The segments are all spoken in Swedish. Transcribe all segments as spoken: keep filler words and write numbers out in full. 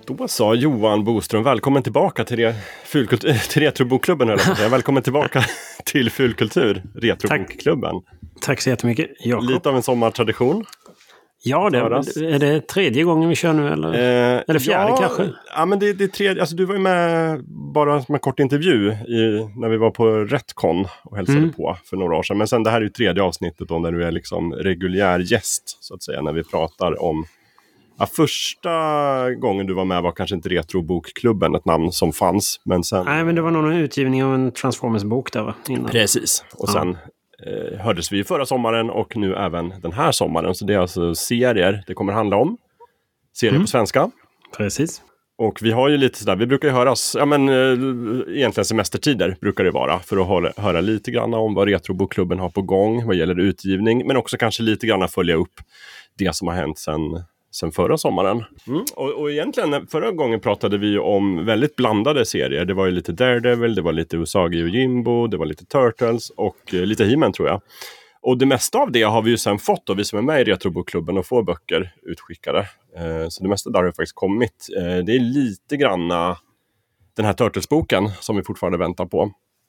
Då sa Johan Boström, välkommen tillbaka till, re, fulkult- till Retrobokklubben. Eller? Välkommen tillbaka till Fulkultur, Retrobokklubben. Tack. Tack så jättemycket, Jakob. Lite av en sommartradition. Ja, det, är det tredje gången vi kör nu eller, eh, eller fjärde ja, kanske? Ja, men det, det är tredje. Alltså, du var ju med bara som en kort intervju i, när vi var på Retcon och hälsade mm. på för några år sedan. Men sen det här är ju tredje avsnittet då, där du är liksom reguljär gäst så att säga, när vi pratar om... Ja, första gången du var med var kanske inte Retrobokklubben ett namn som fanns. Men sen... Nej, men det var någon utgivning av en Transformers-bok där va? Innan. Precis, och ja. sen eh, hördes vi förra sommaren och nu även den här sommaren. Så det är alltså serier det kommer handla om. Serier mm. på svenska. Precis. Och vi har ju lite sådär, vi brukar ju höras, ja men eh, egentligen semestertider brukar det vara. För att hålla, höra lite grann om vad Retrobokklubben har på gång vad gäller utgivning. Men också kanske lite grann följa upp det som har hänt sen... sen förra sommaren. Mm. Och, och egentligen förra gången pratade vi om väldigt blandade serier. Det var ju lite Daredevil, det var lite Usagi och Jimbo, det var lite Turtles och eh, lite He-Man tror jag. Och det mesta av det har vi ju sen fått och vi som är med i Retrobokklubben och får böcker utskickade. Eh, så det mesta där har ju faktiskt kommit. Eh, det är lite granna den här Turtles-boken som vi fortfarande väntar på.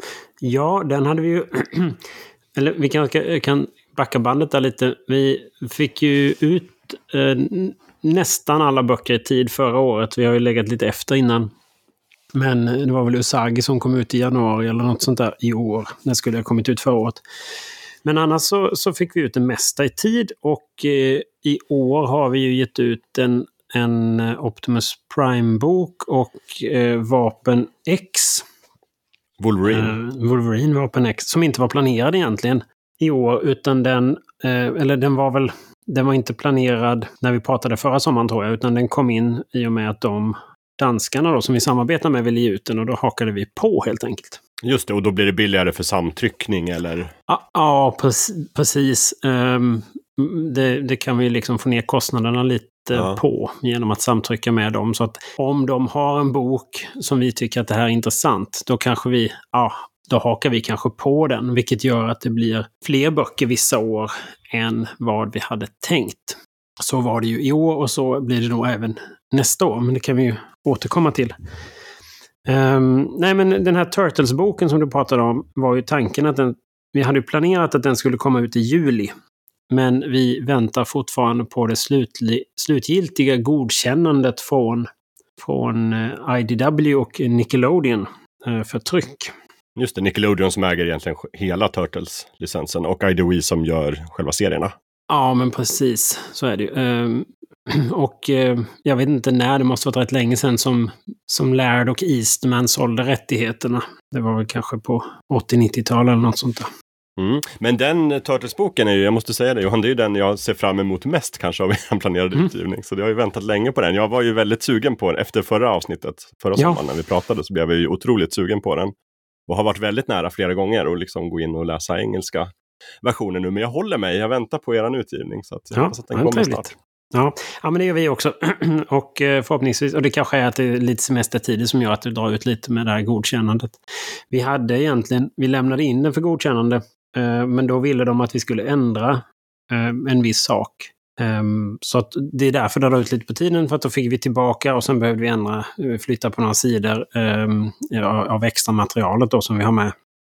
Ja, den hade vi ju... Eller vi kan, kan backa bandet där lite. Vi fick ju ut Eh, nästan alla böcker i tid förra året. Vi har ju legat lite efter innan. Men det var väl Usagi som kom ut i januari eller något sånt där i år. Den skulle ha kommit ut förra året. Men annars så, så fick vi ut det mesta i tid. Och eh, i år har vi ju gett ut en, en Optimus Prime-bok och eh, Vapen X. Wolverine. Eh, Wolverine Vapen X. Som inte var planerad egentligen i år. Utan den, eh, eller den var väl... Den var inte planerad när vi pratade förra sommaren tror jag, utan den kom in i och med att de danskarna då, som vi samarbetar med ville ge ut den och då hakade vi på helt enkelt. Just det, och då blir det billigare för samtryckning eller? Ja, ja precis. Um, det, det kan vi liksom få ner kostnaderna lite ja. på genom att samtrycka med dem. Så att om de har en bok som vi tycker att det här är intressant, då kanske vi... Ja, då hakar vi kanske på den, vilket gör att det blir fler böcker vissa år än vad vi hade tänkt. Så var det ju i år och så blir det nog även nästa år, men det kan vi ju återkomma till. Um, nej, men den här Turtles-boken som du pratade om var ju tanken att den, vi hade ju planerat att den skulle komma ut i juli. Men vi väntar fortfarande på det slutli, slutgiltiga godkännandet från, från I D W och Nickelodeon uh, för tryck. Just det, Nickelodeon som äger egentligen hela Turtles-licensen och I D W som gör själva serierna. Ja, men precis. Så är det ju. Um, och uh, jag vet inte när, det måste vara rätt länge sedan som, som Laird och Eastman sålde rättigheterna. Det var väl kanske på åttio-nittiotalet eller något sånt där. Mm. Men den Turtles-boken är ju, jag måste säga det Johan, det är ju den jag ser fram emot mest kanske av en planerad mm. utgivning. Så jag har ju väntat länge på den. Jag var ju väldigt sugen på den efter förra avsnittet, förra ja. sommaren när vi pratade så blev jag ju otroligt sugen på den. Och har varit väldigt nära flera gånger och liksom gå in och läsa engelska versioner nu. Men jag håller mig, jag väntar på er utgivning. Så att jag ja, hoppas att den kommer trevligt. snart. Ja. ja, men det gör vi också. och förhoppningsvis, och det kanske är att det är lite semestertider som gör att du drar ut lite med det här godkännandet. Vi hade egentligen, vi lämnade in den för godkännande. Men då ville de att vi skulle ändra en viss sak. Um, så att det är därför det drar ut lite på tiden, för att då fick vi tillbaka och sen behövde vi ändra, flytta på några sidor um, av extra materialet då som vi har med.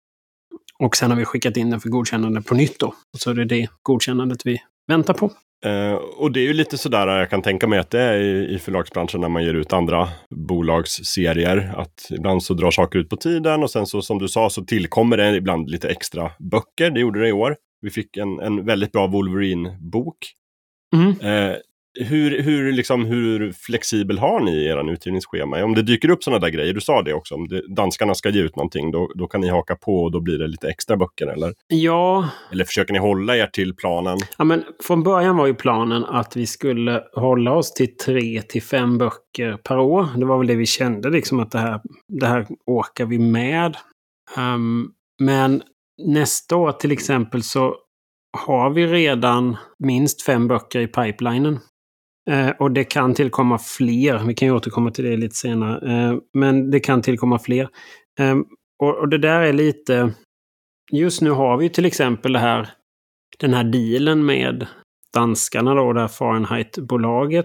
Och sen har vi skickat in den för godkännande på nytt då. Så det är det godkännandet vi väntar på. Uh, och det är ju lite sådär, jag kan tänka mig att det är i, i förlagsbranschen när man ger ut andra bolagsserier. Att ibland så drar saker ut på tiden och sen så som du sa så tillkommer det ibland lite extra böcker. Det gjorde det i år. Vi fick en, en väldigt bra Wolverine-bok. Mm. Eh, hur, hur, liksom, hur flexibel har ni i er utgivningsschema? Om det dyker upp sådana där grejer, du sa det också, om det, danskarna ska ge ut någonting, då, då kan ni haka på och då blir det lite extra böcker, eller? Ja. Eller försöker ni hålla er till planen? Ja, men från början var ju planen att vi skulle hålla oss till tre till fem böcker per år. Det var väl det vi kände, liksom, att det här, det här åker vi med. Um, men nästa år till exempel så har vi redan minst fem böcker i pipelinen. Eh, och det kan tillkomma fler. Vi kan ju återkomma till det lite senare. Eh, men det kan tillkomma fler. Eh, och, och det där är lite... Just nu har vi till exempel det här, den här dealen med danskarna då, det här Fahrenheit-bolaget.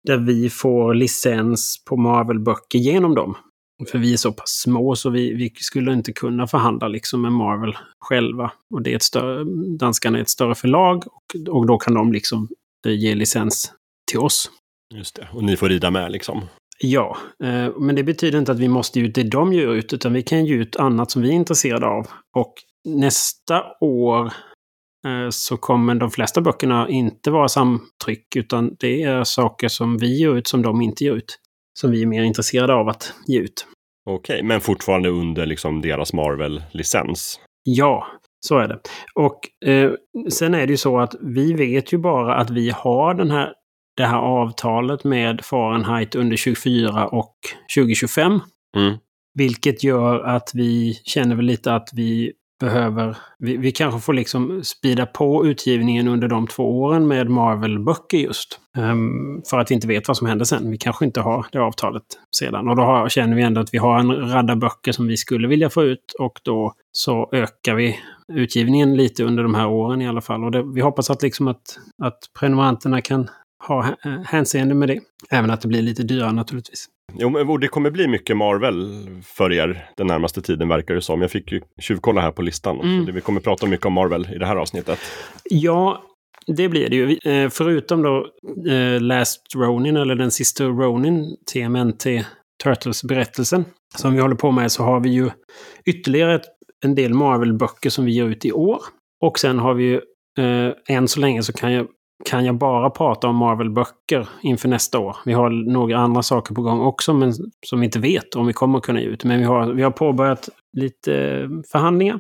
där vi får licens på Marvel-böcker genom dem. För vi är så pass små så vi, vi skulle inte kunna förhandla liksom med Marvel själva. Och det är ett större, danskarna är ett större förlag och, och då kan de liksom ge licens till oss. Just det, och ni får rida med liksom. Ja, eh, men det betyder inte att vi måste ge ut det de gör ut, utan vi kan ge ut annat som vi är intresserade av. Och nästa år eh, så kommer de flesta böckerna inte vara samtryck, utan det är saker som vi gör ut som de inte gör ut. Som vi är mer intresserade av att ge ut. Okej, men fortfarande under liksom deras Marvel-licens? Ja, så är det. Och eh, sen är det ju så att vi vet ju bara att vi har den här, det här avtalet med Fahrenheit under tjugofyra och tjugo tjugofem. Mm. Vilket gör att vi känner väl lite att vi behöver, vi, vi kanske får liksom spida på utgivningen under de två åren med Marvel-böcker just. Um, för att vi inte vet vad som händer sen. Vi kanske inte har det avtalet sedan. Och då har, känner vi ändå att vi har en radda böcker som vi skulle vilja få ut. Och då så ökar vi utgivningen lite under de här åren i alla fall. Och det, vi hoppas att, liksom att, att prenumeranterna kan ha hänseende med det. Även att det blir lite dyrare naturligtvis. Jo, men det kommer bli mycket Marvel för er den närmaste tiden verkar det som. Jag fick ju tjuvkolla här på listan. Mm. Så vi kommer prata mycket om Marvel i det här avsnittet. Ja, det blir det ju. Förutom då eh, Last Ronin eller den sista Ronin, T M N T Turtles-berättelsen som vi håller på med, så har vi ju ytterligare ett, en del Marvel-böcker som vi ger ut i år. Och sen har vi ju, eh, än så länge så kan jag kan jag bara prata om Marvel-böcker inför nästa år. Vi har några andra saker på gång också, men som vi inte vet om vi kommer att kunna ge ut. Men vi har, vi har påbörjat lite förhandlingar.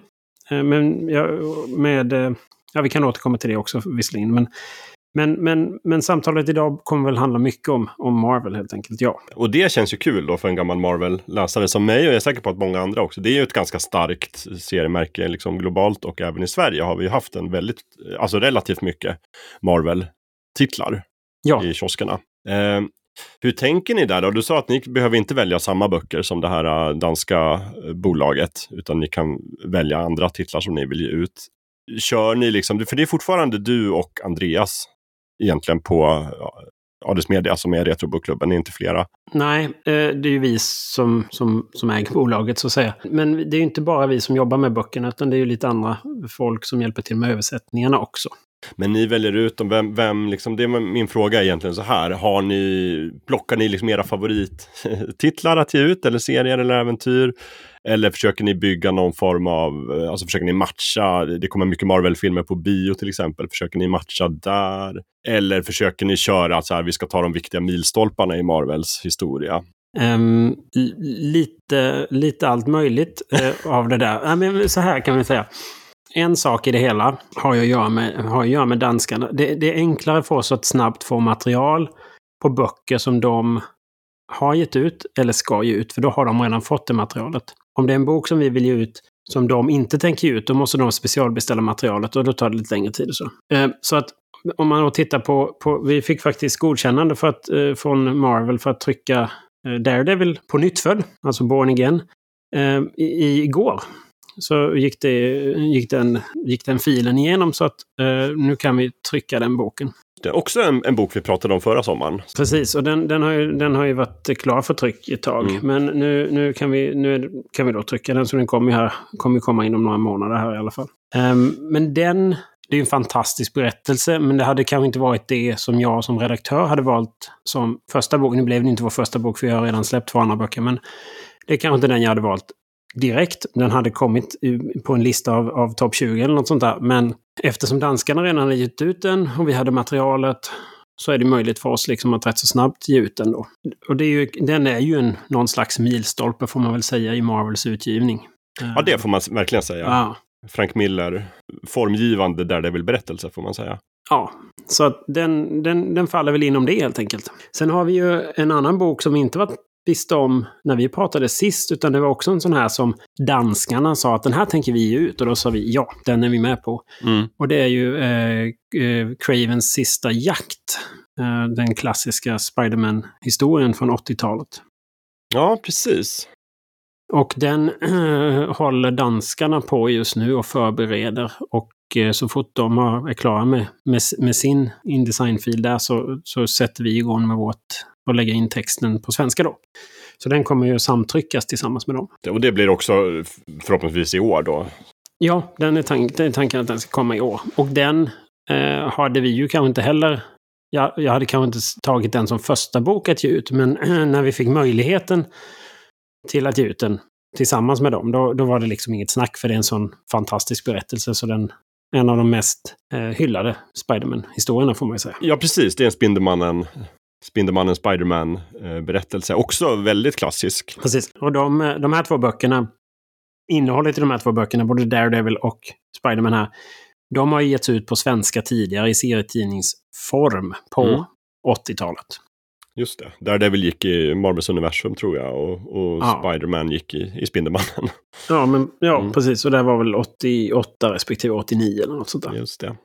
Men ja, med, ja, vi kan återkomma till det också visserligen. Men, men, men, men samtalet idag kommer väl handla mycket om, om Marvel helt enkelt, ja. Och det känns ju kul då för en gammal Marvel-läsare som mig, och jag är säker på att många andra också. Det är ju ett ganska starkt seriemärke liksom globalt, och även i Sverige har vi ju haft en väldigt, alltså relativt mycket Marvel-titlar ja. i kioskerna. Eh, hur tänker ni där då? Du sa att ni behöver inte välja samma böcker som det här danska bolaget, utan ni kan välja andra titlar som ni vill ge ut. Kör ni liksom, för det är fortfarande du och Andreas egentligen på Ades Media som är Retrobokklubben, är inte flera. Nej, det är ju vi som, som, som äger bolaget så att säga. Men det är ju inte bara vi som jobbar med böckerna, utan det är ju lite andra folk som hjälper till med översättningarna också. Men ni väljer ut dem, vem, vem liksom, det är min fråga egentligen så här, har ni, plockar ni liksom era favorittitlar att ge ut, eller serier eller äventyr? Eller försöker ni bygga någon form av, alltså försöker ni matcha, det kommer mycket Marvel-filmer på bio till exempel, försöker ni matcha där? Eller försöker ni köra så här, vi ska ta de viktiga milstolparna i Marvels historia? Um, lite, lite allt möjligt uh, av det där. Ja, men så här kan vi säga. En sak i det hela har att göra med, har att göra med danskarna. Det, det är enklare för oss att snabbt få material på böcker som de har gett ut eller ska ge ut. För då har de redan fått det materialet. Om det är en bok som vi vill ge ut som de inte tänker ge ut, då måste de specialbeställa materialet och då tar det lite längre tid. Och så. Eh, så att om man då tittar på, på... Vi fick faktiskt godkännande för att, eh, från Marvel för att trycka eh, Daredevil på nyttfödd, alltså Born Again, eh, i, igår. Så gick, det, gick, den, gick den filen igenom så att eh, nu kan vi trycka den boken. Det är också en, en bok vi pratade om förra sommaren. Precis, och den, den, har, ju, den har ju varit klar för tryck ett tag. Mm. Men nu, nu, kan vi, nu kan vi då trycka den, så den kommer, här, kommer komma inom några månader här i alla fall. Um, men den, det är ju en fantastisk berättelse, men det hade kanske inte varit det som jag som redaktör hade valt som första bok. Nu blev det inte vår första bok, för jag har redan släppt två andra böcker, men det är kanske inte den jag hade valt direkt. Den hade kommit på en lista av, av topp tjugo eller något sånt där. Men eftersom danskarna redan hade gett ut den och vi hade materialet, så är det möjligt för oss liksom att rätt så snabbt ge ut den då. Och det är ju, den är ju en, någon slags milstolpe får man väl säga i Marvels utgivning. Ja, det får man verkligen säga. Ja. Frank Miller, formgivande Daredevil-berättelse får man säga. Ja, så att den, den, den faller väl inom det helt enkelt. Sen har vi ju en annan bok som inte var visste om när vi pratade sist, utan det var också en sån här som danskarna sa att den här tänker vi ge ut, och då sa vi ja, den är vi med på. Mm. Och det är ju eh, eh, Cravens sista jakt, eh, den klassiska Spider-Man-historien från åttiotalet. Ja, precis. Och den eh, håller danskarna på just nu och förbereder, och eh, så fort de har, är klara med, med, med sin InDesign-fil där så, så sätter vi igång med vårt och lägger in texten på svenska då. Så den kommer ju samtryckas tillsammans med dem. Och det blir också förhoppningsvis i år då? Ja, den är, tank, den är tanken att den ska komma i år. Och den eh, hade vi ju kanske inte heller... Jag, jag hade kanske inte tagit den som första bok att ge ut, men eh, när vi fick möjligheten till att ge ut den tillsammans med dem, då, då var det liksom inget snack, för det är en sån fantastisk berättelse, så den en av de mest eh, hyllade Spider-Man-historierna får man ju säga. Ja, precis. Det är en Spindelmannen... Spindelmannen Spider-Man-berättelse. Också väldigt klassisk. Precis. Och de, de här två böckerna, innehållet i de här två böckerna, både Daredevil och Spider-Man här, de har getts ut på svenska tidigare i serietidningsform på mm. åttiotalet. Just det. Daredevil gick i Marvels universum tror jag, och, och ja. Spider-Man gick i, i Spindelmannen. Ja, men, ja mm. precis. Och det var väl åttioåtta respektive åttionio eller något sånt där. Just det.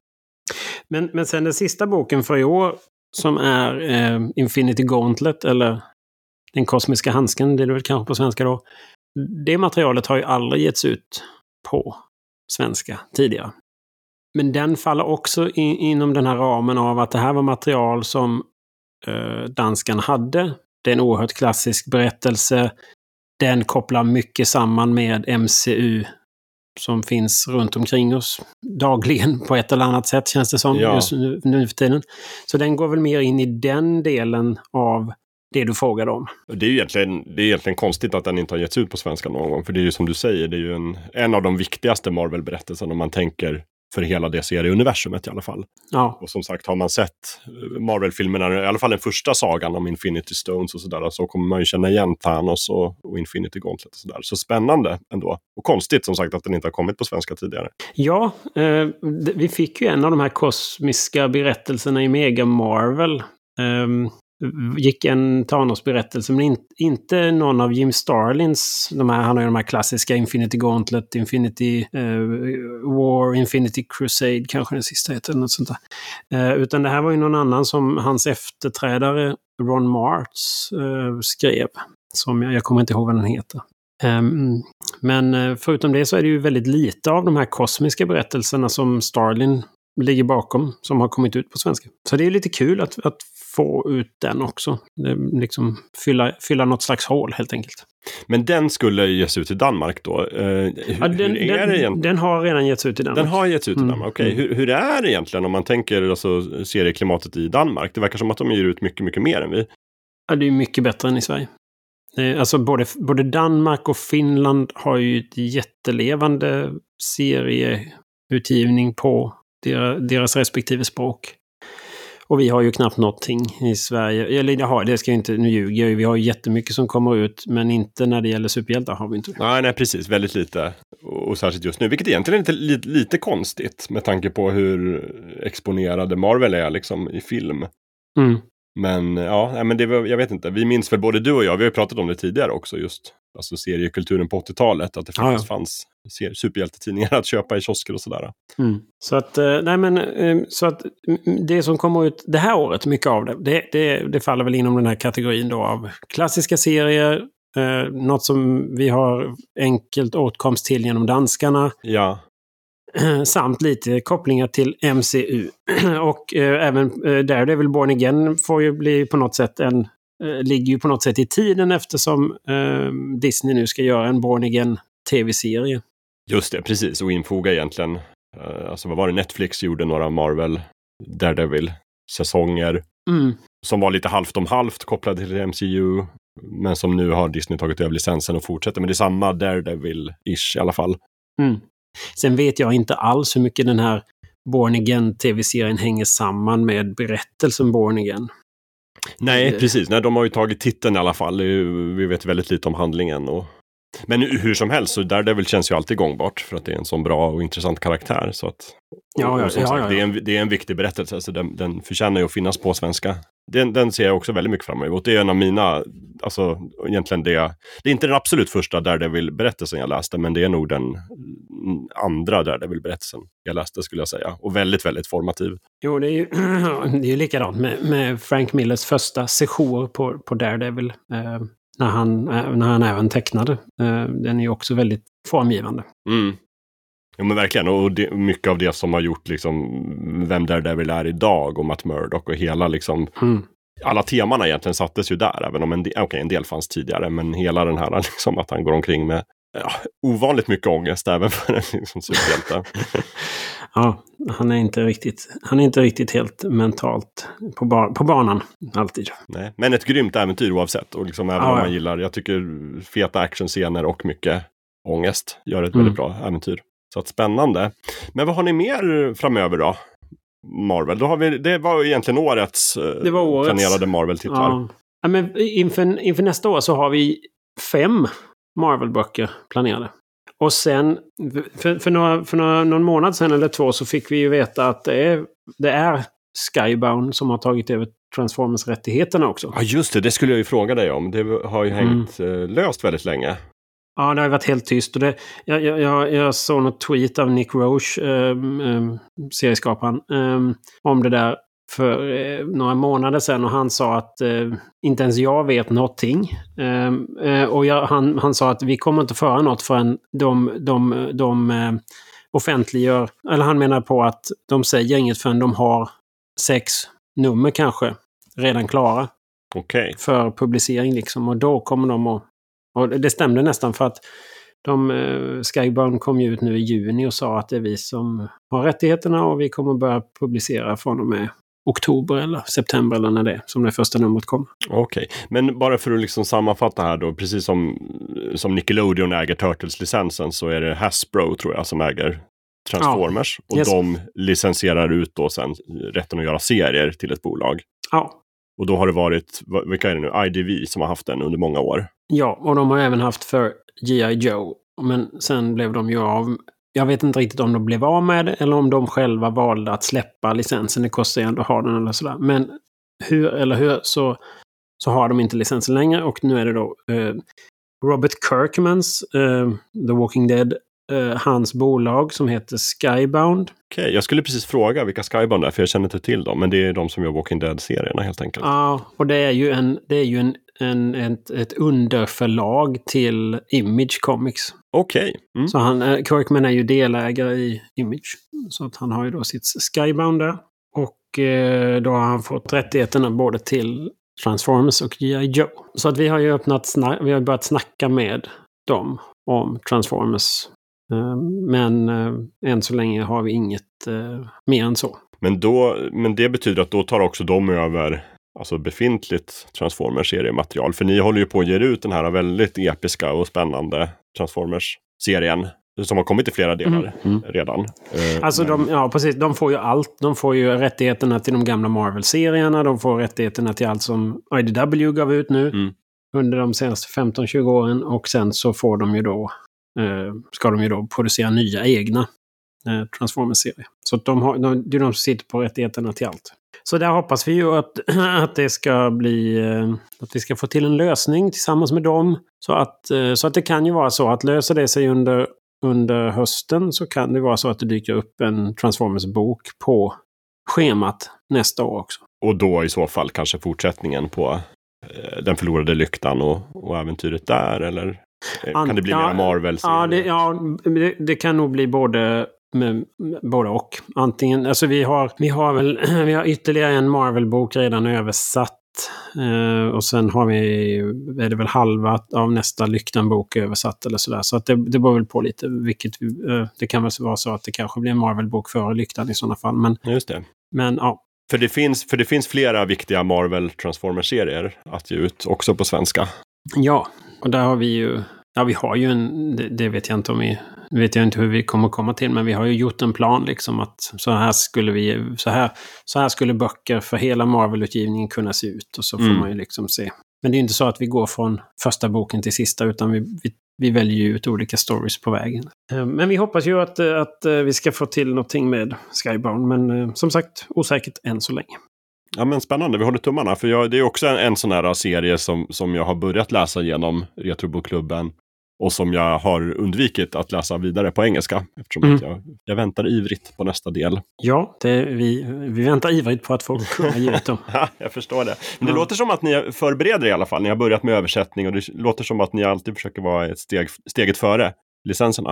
Men, men sen den sista boken för i år, som är eh, Infinity Gauntlet, eller Den kosmiska handsken, det är det väl kanske på svenska då. Det materialet har ju aldrig getts ut på svenska tidigare. Men den faller också in, inom den här ramen av att det här var material som eh, danskan hade. Det är en oerhört klassisk berättelse. Den kopplar mycket samman med M C U som finns runt omkring oss dagligen på ett eller annat sätt, känns det som, ja. just nu, nu för tiden. Så den går väl mer in i den delen av det du frågade om. Det är ju egentligen, det är egentligen konstigt att den inte har getts ut på svenska någon gång. För det är ju som du säger, det är ju en, en av de viktigaste Marvel-berättelserna om man tänker för hela det serieuniversumet i alla fall. Ja. Och som sagt, har man sett Marvel-filmerna, i alla fall den första sagan om Infinity Stones och sådär, så kommer man ju känna igen Thanos och, och Infinity Gauntlet och sådär. Så spännande ändå. Och konstigt som sagt att den inte har kommit på svenska tidigare. Ja, eh, vi fick ju en av de här kosmiska berättelserna i Mega Marvel. Eh, gick en Thanos-berättelse, men in, inte någon av Jim Starlins. De här, han har ju de här klassiska Infinity Gauntlet, Infinity eh, War, Infinity Crusade, kanske den sista heter, något sånt där. Eh, utan det här var ju någon annan som hans efterträdare Ron Martz eh, skrev. Som jag, jag kommer inte ihåg vad den heter. Um, men förutom det så är det ju väldigt lite av de här kosmiska berättelserna som Starlin ligger bakom som har kommit ut på svenska. Så det är lite kul att, att få ut den också. Det, liksom fylla, fylla något slags hål helt enkelt. Men den skulle ges ut i Danmark då? Uh, hur, ja, den, hur är den, det egentligen? Den har redan getts ut i Danmark. Den har getts ut i Danmark, mm. okej. Okay. Hur, hur är det egentligen om man tänker alltså, serieklimatet i Danmark? Det verkar som att de ger ut mycket, mycket mer än vi. Ja, det är mycket bättre än i Sverige. Alltså både, både Danmark och Finland har ju ett jättelevande serieutgivning på deras, deras respektive språk. Och vi har ju knappt någonting i Sverige. Eller det, har, det ska jag inte, nu ljuga jag. Vi har ju jättemycket som kommer ut, men inte när det gäller superhjältar har vi inte. Nej, nej, precis. Väldigt lite. Och, och särskilt just nu. Vilket egentligen är lite, lite konstigt med tanke på hur exponerade Marvel är liksom i film. Mm. Men ja, men det var, jag vet inte. Vi minns väl både du och jag, vi har ju pratat om det tidigare också, just alltså seriekulturen på åttiotalet, att det faktiskt ah, ja. fanns ser, superhjältetidningar att köpa i kiosker och sådär. Mm. Så att, nej men, så att det som kommer ut det här året, mycket av det, det, det, det faller väl inom den här kategorin då av klassiska serier, eh, något som vi har enkelt åtkomst till genom danskarna. Ja. Samt lite kopplingar till M C U. Och eh, även eh, Daredevil Born Again får ju bli på något sätt en, eh, ligger ju på något sätt i tiden eftersom eh, Disney nu ska göra en Born Again tv-serie. Just det, precis. Och infoga egentligen, eh, alltså vad var det, Netflix gjorde några Marvel Daredevil-säsonger mm. som var lite halvt om halvt kopplade till M C U, men som nu har Disney tagit över licensen och fortsätter. Men det är samma Daredevil-ish i alla fall. Mm. Sen vet jag inte alls hur mycket den här Born Again tv-serien hänger samman med berättelsen Born Again. Nej, precis. Nej, de har ju tagit titeln i alla fall. Vi vet väldigt lite om handlingen. Och... Men hur som helst, så Daredevil känns ju alltid gångbart för att det är en sån bra och intressant karaktär. Så att... Ja, ja, och som ja, sagt, ja, ja. Det, är en, det är en viktig berättelse, så den, den förtjänar ju att finnas på svenska. Den, den ser jag också väldigt mycket fram emot. Det är en av mina, alltså egentligen det, det är inte den absolut första Daredevil-berättelsen jag läste, men det är nog den andra Daredevil-berättelsen jag läste, skulle jag säga. Och väldigt, väldigt formativ. Jo, det är ju, det är ju likadant med, med Frank Millers första sejour på, på Daredevil. Eh, när, han, när han även tecknade. Eh, den är ju också väldigt formgivande. Mm. Ja, men verkligen. Och det, mycket av det som har gjort liksom vem Daredevil är idag och Matt Murdock och hela liksom mm. alla temana egentligen sattes ju där, även om en del, okay, en del fanns tidigare, men hela den här liksom att han går omkring med ja, ovanligt mycket ångest även för en liksom, superhjälte. Ja, han är inte riktigt han är inte riktigt helt mentalt på, bar, på banan alltid. Nej, men ett grymt äventyr oavsett, och liksom även ja, om man gillar, jag tycker feta actionscener och mycket ångest gör ett mm. väldigt bra äventyr. Så att spännande. Men vad har ni mer framöver då? Marvel. Då har vi, det var egentligen årets, det var årets planerade Marvel-titlar. Ja. Ja, men inför, inför nästa år så har vi fem Marvel-böcker planerade. Och sen, för, för, några, för några, någon månad sedan eller två så fick vi ju veta att det är, det är Skybound som har tagit över Transformers-rättigheterna också. Ja just det, det skulle jag ju fråga dig om. Det har ju hängt mm. löst väldigt länge. Ja, det har varit helt tyst. Och det, jag, jag, jag såg något tweet av Nick Roche, um, um, serieskaparen, um, om det där för uh, några månader sedan. Och han sa att uh, inte ens jag vet någonting. Um, uh, och jag, han, han sa att vi kommer inte föra något förrän de, de, de uh, offentliggör. Eller han menar på att de säger inget förrän de har sex nummer kanske redan klara. Okay. För publicering liksom. Och då kommer de att... Och det stämde nästan, för att de, eh, Skybound kom ju ut nu i juni och sa att det är vi som har rättigheterna och vi kommer börja publicera från och med oktober eller september eller när det är, som det första numret kom. Okej, okay. Men bara för att liksom sammanfatta här då, precis som, som Nickelodeon äger Turtles-licensen så är det Hasbro tror jag som äger Transformers. Ja. Och yes. De licensierar ut då sen rätten att göra serier till ett bolag. Ja. Och då har det varit, vilka är det nu? I D V som har haft den under många år. Ja, och de har även haft för G I Joe. Men sen blev de ju av... Jag vet inte riktigt om de blev av med det eller om de själva valde att släppa licensen. Det kostar ju ändå att ha den eller sådär. Men hur eller hur så, så har de inte licensen längre. Och nu är det då eh, Robert Kirkmans eh, The Walking Dead, eh, hans bolag som heter Skybound. Okej, okay, jag skulle precis fråga vilka Skybound är, för jag känner inte till dem. Men det är de som gör Walking Dead-serierna helt enkelt. Ja, och det är ju en... Det är ju en En, ett, ett underförlag till Image Comics. Okej. Okay. Mm. Så han, Kirkman är ju delägare i Image. Så att han har ju då sitt Skybound där. Och eh, då har han fått rättigheterna både till Transformers och G I Joe. Så att vi har ju öppnat, sna- vi har börjat snacka med dem om Transformers. Eh, men eh, än så länge har vi inget eh, mer än så. Men, då, men det betyder att då tar också de över... Alltså befintligt Transformers-seriematerial. För ni håller ju på att ge ut den här väldigt episka och spännande Transformers-serien. Som har kommit i flera delar mm. Mm. redan. Alltså men... de, ja precis, de får ju allt. De får ju rättigheterna till de gamla Marvel-serierna. De får rättigheterna till allt som I D W gav ut nu. Mm. Under de senaste femton tjugo åren. Och sen så får de ju då, eh, ska de ju då producera nya egna eh, Transformers-serier. Så att de har, de, det är de som sitter på rättigheterna till allt. Så där hoppas vi ju att, att det ska bli, att vi ska få till en lösning tillsammans med dem. Så att, så att det kan ju vara så att löser det sig under, under hösten så kan det vara så att det dyker upp en Transformers-bok på schemat nästa år också. Och då i så fall kanske fortsättningen på eh, Den förlorade lyktan och, och äventyret där, eller kan det bli ja, mer Marvel? Ja, det, ja det, det kan nog bli både... Med, både och. Antingen, alltså vi har, vi har väl vi har ytterligare en Marvel-bok redan översatt. Eh, och sen har vi, är det väl halva av nästa Lyktan-bok översatt eller sådär. Så att det, det beror väl på lite vilket vi, eh, det kan väl vara så att det kanske blir en Marvel-bok före Lyktan i sådana fall. Men, just det. Men ja. För det finns, för det finns flera viktiga Marvel Transformers-serier att ge ut också på svenska. Ja, och där har vi ju, ja vi har ju en, det, det vet jag inte om vi vet jag inte hur vi kommer komma till, men vi har ju gjort en plan liksom att så här skulle vi så här så här skulle böcker för hela Marvel-utgivningen kunna se ut, och så får mm. man ju liksom se. Men det är inte så att vi går från första boken till sista, utan vi, vi, vi väljer ju ut olika stories på vägen. Men vi hoppas ju att, att vi ska få till någonting med Skybound, men som sagt osäkert än så länge. Ja, men spännande, vi håller tummarna, för jag, det är också en, en sån här serie som, som jag har börjat läsa genom Retrobokklubben. Och som jag har undvikit att läsa vidare på engelska. Eftersom mm. att jag, jag väntar ivrigt på nästa del. Ja, det, vi, vi väntar ivrigt på att få kunna ge ut dem. Ja, jag förstår det. Men det ja. låter som att ni förbereder i alla fall. Ni har börjat med översättning. Och det låter som att ni alltid försöker vara ett steg, steget före licenserna.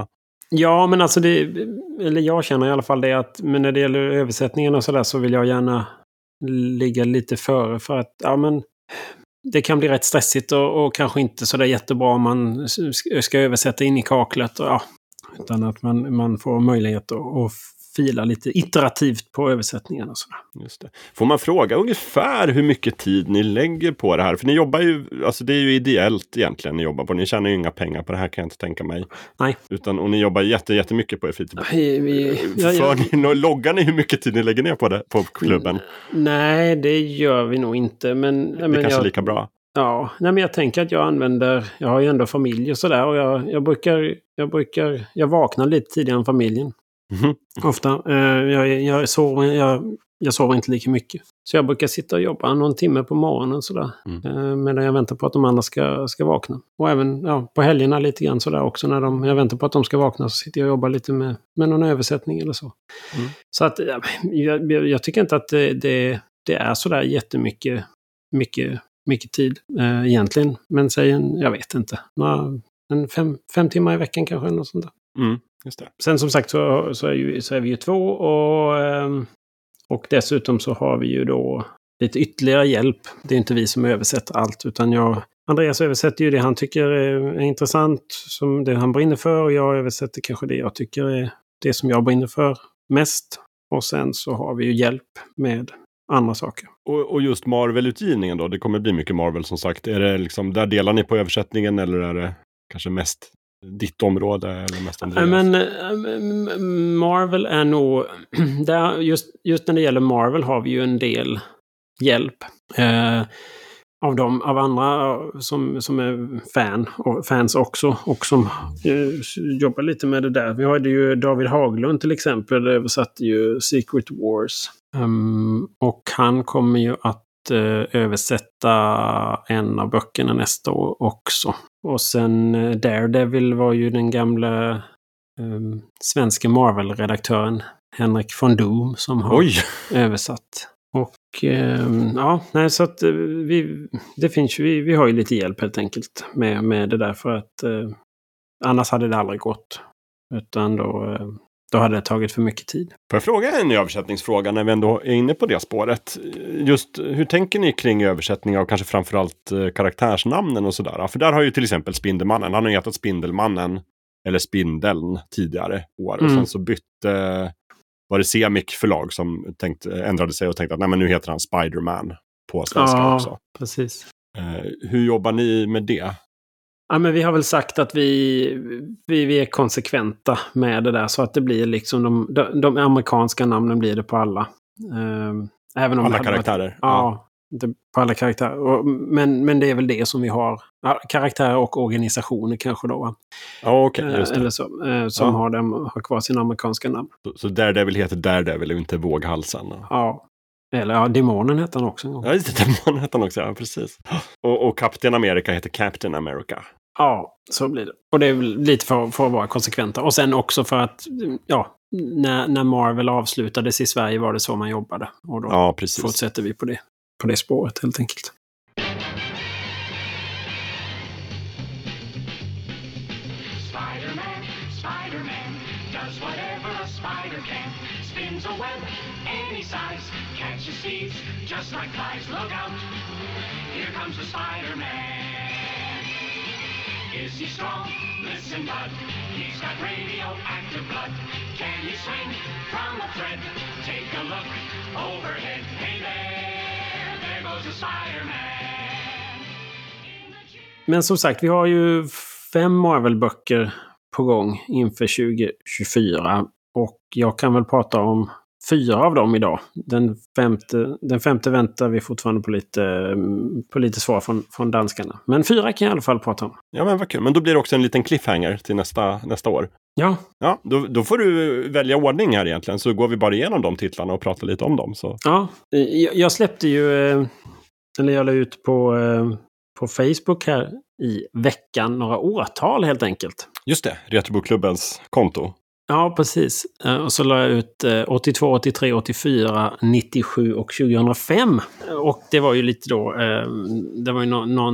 Ja, men alltså det, eller jag känner i alla fall det att, men när det gäller översättningen och sådär så vill jag gärna ligga lite före för att, ja men det kan bli rätt stressigt och, och kanske inte så där jättebra om man ska översätta in i kaklet och ja, utan att man, man får möjlighet att, att fila lite iterativt på översättningen och sådär. Just det. Får man fråga ungefär hur mycket tid ni lägger på det här? För ni jobbar ju, alltså det är ju ideellt egentligen ni jobbar på. Ni tjänar ju inga pengar på det här kan jag inte tänka mig. Nej. Utan, och ni jobbar jätte, jättemycket på er fritid. Vi, vi, ja, ja. För ni, loggar ni hur mycket tid ni lägger ner på det på klubben? Nej, det gör vi nog inte. Men, det är men kanske jag, lika bra. Ja, nej, men jag tänker att jag använder, jag har ju ändå familj och sådär och jag, jag brukar, jag brukar, jag vaknar lite tidigare än familjen. Mm. Ofta. Uh, jag, jag, sover, jag, jag sover inte lika mycket. Så jag brukar sitta och jobba någon timme på morgonen sådär. Mm. Uh, medan jag väntar på att de andra ska, ska vakna. Och även ja, på helgerna lite grann sådär också. När de, jag väntar på att de ska vakna så sitter jag och jobbar lite med, med någon översättning eller så. Mm. Så att jag, jag, jag tycker inte att det, det, det är sådär jättemycket mycket, mycket tid uh, egentligen. Men säg en, jag vet inte. Några, en fem, fem timmar i veckan kanske eller något sånt där. Mm. Just det. Sen som sagt så, så, är, ju, så är vi ju två och, och dessutom så har vi ju då lite ytterligare hjälp. Det är inte vi som översätter allt utan jag, Andreas översätter ju det han tycker är, är intressant, som det han brinner för och jag översätter kanske det jag tycker är det som jag brinner för mest. Och sen så har vi ju hjälp med andra saker. Och, och just Marvel-utgivningen då, det kommer bli mycket Marvel som sagt. Är det liksom, där delar ni på översättningen eller är det kanske mest ditt område eller mest Andreas? Men Marvel är nog där, just, just när det gäller Marvel har vi ju en del hjälp eh, av dem, av andra som, som är fan och fans också och som eh, jobbar lite med det där. Vi hade ju David Haglund till exempel översatte ju Secret Wars um, och han kommer ju att översätta en av böckerna nästa år också. Och sen Daredevil var ju den gamla um, svenska Marvel-redaktören Henrik von Doom som har Oj. översatt. Och um, ja, nej, så att vi, det finns ju, vi, vi har ju lite hjälp helt enkelt med, med det där för att uh, annars hade det aldrig gått. Utan då uh, Då hade det tagit för mycket tid. Får jag fråga en översättningsfråga när vi ändå är inne på det spåret? Just hur tänker ni kring översättning av kanske framförallt karaktärsnamnen och sådär? För där har ju till exempel Spindelmannen. Han har ju hetat Spindelmannen eller Spindeln tidigare år. Mm. Och sen så bytte, var det Semik förlag som tänkte, ändrade sig och tänkte att nej, men nu heter han Spider-Man på svenska ja, också. Precis. Eh, hur jobbar ni med det? Ja, men vi har väl sagt att vi, vi, vi är konsekventa med det där så att det blir liksom de, de, de amerikanska namnen blir det på alla. Eh, även om alla det karaktärer? Varit, ja, det, på alla karaktärer. Och, men, men det är väl det som vi har. Ja, karaktärer och organisationer kanske då. Va? Ja, okej. Okay, just det. Eller så, eh, som ja. har, dem, har kvar sina amerikanska namn. Så, så Daredevil heter Daredevil och inte Våghalsen? Ja. Eller ja, Demonen heter han också en gång. Ja, just det, Demonen heter han också, ja, precis. Och, och Captain America heter Captain America. Ja, så blir det. Och det är väl lite för, för att vara konsekventa. Och sen också för att, ja, när, när Marvel avslutades i Sverige var det så man jobbade. Och då ja, precis. fortsätter vi på det, på det spåret helt enkelt. Spider-Man, Spider-Man, does whatever a spider can. Spins a web any size, catches thieves just like flies. Look out, here comes the Spider-Man. Is he strong? Listen, bud. He's got radioactive blood. Can he swing from a thread? Take a look overhead. Hey there, there goes the Spider-Man. Men som sagt, vi har ju fem Marvel-böcker på gång inför tjugo tjugofyra. Och jag kan väl prata om fyra av dem idag. Den femte, den femte väntar vi fortfarande på lite, på lite svar från, från danskarna. Men fyra kan jag i alla fall prata om. Ja, men vad kul. Men då blir det också en liten cliffhanger till nästa, nästa år. Ja. Ja, då, då får du välja ordning här egentligen. Så går vi bara igenom de titlarna och pratar lite om dem. Så. Ja, jag, jag släppte ju, eller jag la ut på, på Facebook här i veckan några årtal helt enkelt. Just det, Retrobokklubbens konto. Ja, precis. Och så la jag ut åttiotvå, åttiotre, åttiofyra, nittiosju och tjugohundrafem. Och det var ju lite då, det var ju någon,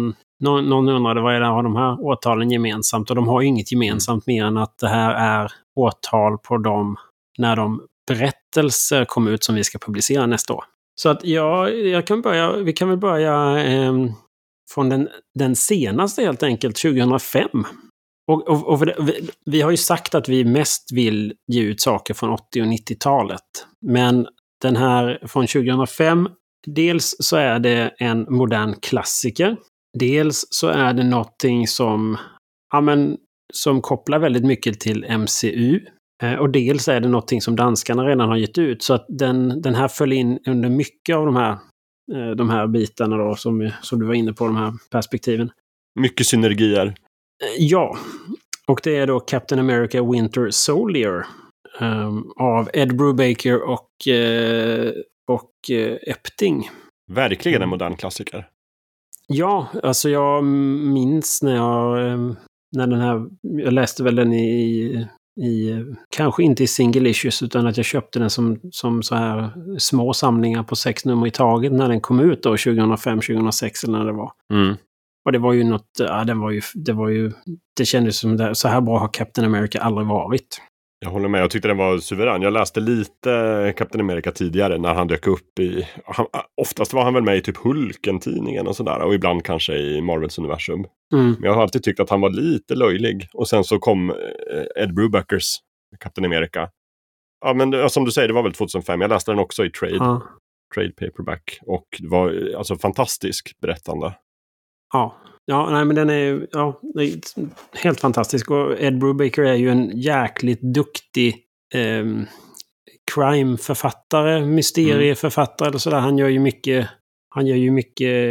någon, någon undrade vad är det av de här årtalen gemensamt, och de har ju inget gemensamt mer än att det här är årtal på dem när de berättelser kom ut som vi ska publicera nästa år. Så att ja, jag kan börja, vi kan väl börja eh, från den, den senaste helt enkelt, tjugohundrafem. Och, och, och vi, vi har ju sagt att vi mest vill ge ut saker från åttio- och nittiotalet. Men den här från tjugohundrafem, dels så är det en modern klassiker. Dels så är det någonting som, ja men, som kopplar väldigt mycket till M C U. Eh, och dels är det någonting som danskarna redan har gett ut. Så att den, den här föll in under mycket av de här, eh, de här bitarna då, som, som du var inne på, de här perspektiven. Mycket synergier. Eh, ja, och det är då Captain America Winter Soldier um, av Ed Brubaker och, eh, och eh, Epting. Verkligen en modern klassiker. Ja, alltså jag minns när jag, när den här, jag läste väl den i, i kanske inte i single issues, utan att jag köpte den som, som så här små samlingar på sex nummer i taget när den kom ut då tjugohundrafem tjugohundrasex eller när det var. Mm. Och det var ju något, ja, den var ju, det var ju, det kändes som det, så här bra har Captain America aldrig varit. Jag håller med, jag tyckte den var suverän. Jag läste lite Captain America tidigare när han dök upp i... Han, oftast var han väl med i typ Hulken-tidningen och sådär. Och ibland kanske i Marvels universum. Mm. Men jag har alltid tyckt att han var lite löjlig. Och sen så kom Ed Brubakers Captain America. Ja, men som du säger, det var väl tjugohundrafem. Jag läste den också i trade. Ja. Trade paperback. Och det var alltså fantastisk berättande. Ja. Ja, nej men den är, ja, är helt fantastisk. Och Ed Brubaker är ju en jäkligt duktig eh, crime-författare, mysterieförfattare eller sådär. Han gör ju mycket, han gör ju mycket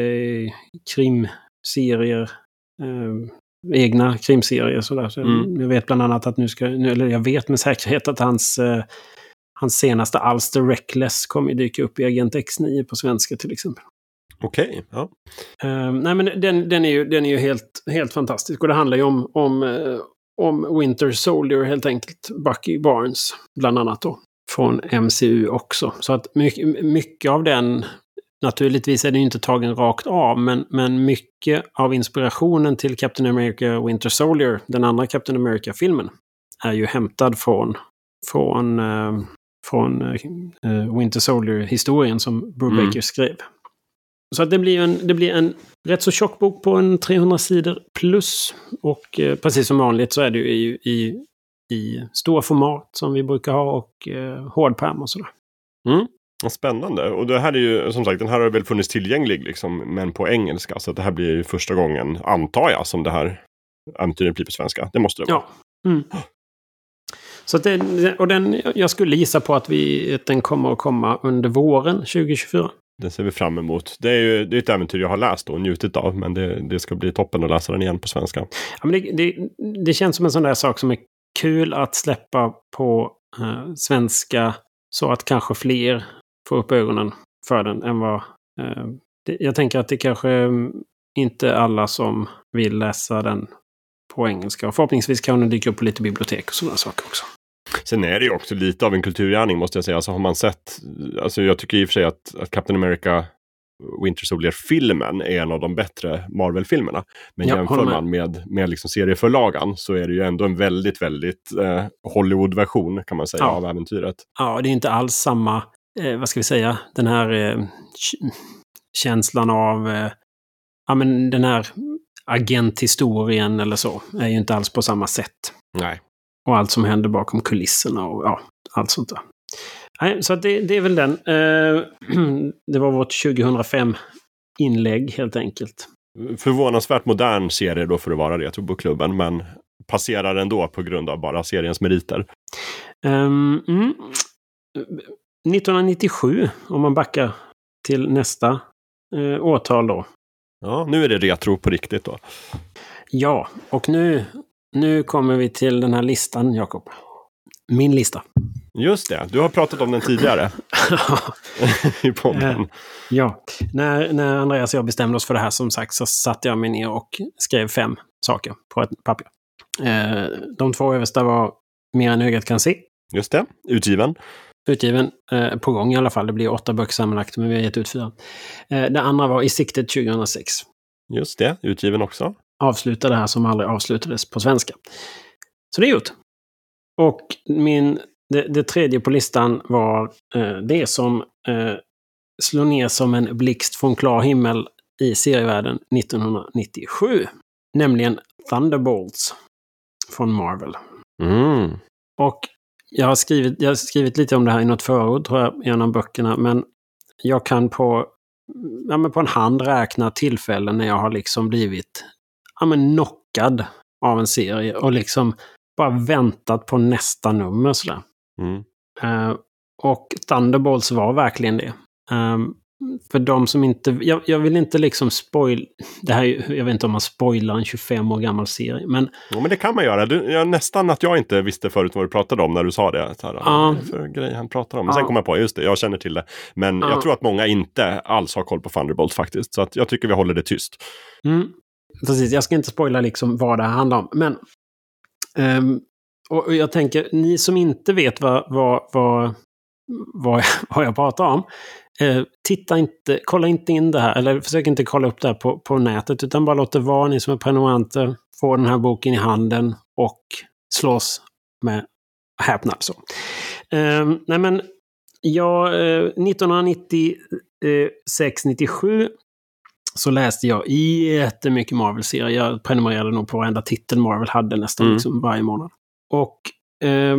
krimserier, eh, egna krimserier sådär. Så mm. jag vet bland annat att nu ska, eller jag vet med säkerhet att hans, eh, hans senaste alster Reckless kommer dyka upp i Agent X nio på svenska till exempel. Okej, okay, ja. Uh, nej men den, den är ju, den är ju helt, helt fantastisk. Och det handlar ju om, om, uh, om Winter Soldier helt enkelt. Bucky Barnes bland annat då. Från M C U också. Så att mycket, mycket av den, naturligtvis är det ju inte tagen rakt av. Men, men mycket av inspirationen till Captain America Winter Soldier, den andra Captain America-filmen, är ju hämtad från, från, uh, från uh, Winter Soldier-historien som Brubaker mm. skrev. Så att det blir en, det blir en rätt så tjock bok på en trehundra sidor plus. Och eh, precis som vanligt så är det ju i, i, i stora format som vi brukar ha och eh, hårdpärm och sådär. Mm. Spännande. Och det här är ju, som sagt, den här har väl funnits tillgänglig liksom, men på engelska. Så det här blir ju första gången, antar jag, som det här äventyret blir på svenska. Det måste det vara. Ja. Mm. Så att det, och den, jag skulle gissa på att, vi, att den kommer att komma under våren tjugohundratjugofyra. Det ser vi fram emot. Det är ju det är ett äventyr jag har läst och njutit av. Men det, det ska bli toppen att läsa den igen på svenska. Ja, men det, det, det känns som en sån där sak som är kul att släppa på eh, svenska. Så att kanske fler får upp ögonen för den än vad... Eh, det, jag tänker att det kanske inte alla som vill läsa den på engelska. Och förhoppningsvis kan den dyka upp på lite bibliotek och sådana saker också. Sen är det ju också lite av en kulturgärning måste jag säga. Alltså har man sett, alltså jag tycker i och för sig att, att Captain America Winter Soldier-filmen är en av de bättre Marvel-filmerna. Men ja, jämför man med, med liksom serieförlagan så är det ju ändå en väldigt, väldigt eh, Hollywood-version kan man säga ja. av äventyret. Ja, det är inte alls samma, eh, vad ska vi säga, den här eh, k- känslan av eh, ja, men den här agenthistorien eller så är ju inte alls på samma sätt. Nej. Och allt som händer bakom kulisserna och ja, allt sånt där. Nej, så det, det är väl den. Eh, det var vårt tjugohundrafem-inlägg helt enkelt. Förvånansvärt modern serie då för att vara Retrobokklubben, men passerar ändå på grund av bara seriens meriter. Um, mm, nittonhundranittiosju, om man backar till nästa eh, årtal då. Ja, nu är det retro på riktigt då. Ja, och nu... Nu kommer vi till den här listan, Jakob. Min lista. Just det, du har pratat om den tidigare. I podden. Ja, när, när Andreas och jag bestämde oss för det här som sagt så satte jag mig ner och skrev fem saker på ett papper. De två översta var Mer än ögat kan se. Just det, utgiven. Utgiven, på gång i alla fall. Det blir åtta böcker sammanlagt, men vi har gett ut fyra. Det andra var I siktet tjugohundrasex. Just det, utgiven också. Avsluta det här som aldrig avslutades på svenska. Så det är gjort. Och min, det, det tredje på listan var eh, det som eh, slår ner som en blixt från klar himmel i serievärlden nittonhundranittiosju. Nämligen Thunderbolts från Marvel. Mm. Och jag har, skrivit, jag har skrivit lite om det här i något förord, tror jag, i en av böckerna. Men jag kan på, ja, men på en hand räkna tillfällen när jag har liksom blivit ja, men knockad av en serie. Och liksom bara väntat på nästa nummer. Sådär. Mm. Uh, och Thunderbolts var verkligen det. Um, för de som inte... Jag, jag vill inte liksom spoil... Det här, jag vet inte om man spoilar en tjugofem år gammal serie, men... Ja, men det kan man göra. Du, jag, nästan att jag inte visste förut vad du pratade om när du sa det. Så här, ja. Det är för grej han pratar om. Men ja. sen kom jag på, just det, jag känner till det. Men ja. jag tror att många inte alls har koll på Thunderbolts faktiskt. Så att jag tycker vi håller det tyst. Mm. Precis, jag ska inte spoila liksom vad det handlar om. Men... Um, och jag tänker, ni som inte vet vad, vad, vad, vad, jag, vad jag pratar om, eh, titta inte, kolla inte in det här, eller försök inte kolla upp det här på, på nätet, utan bara låt det vara, ni som är prenumeranter, få den här boken i handen och slåss med häpnad. Så. Eh, nej men, jag, eh, nittonhundranittiosex nittiosju så läste jag jättemycket Marvel-serier. Jag prenumererade nog på varenda titel Marvel hade nästan mm. liksom varje månad. Och eh,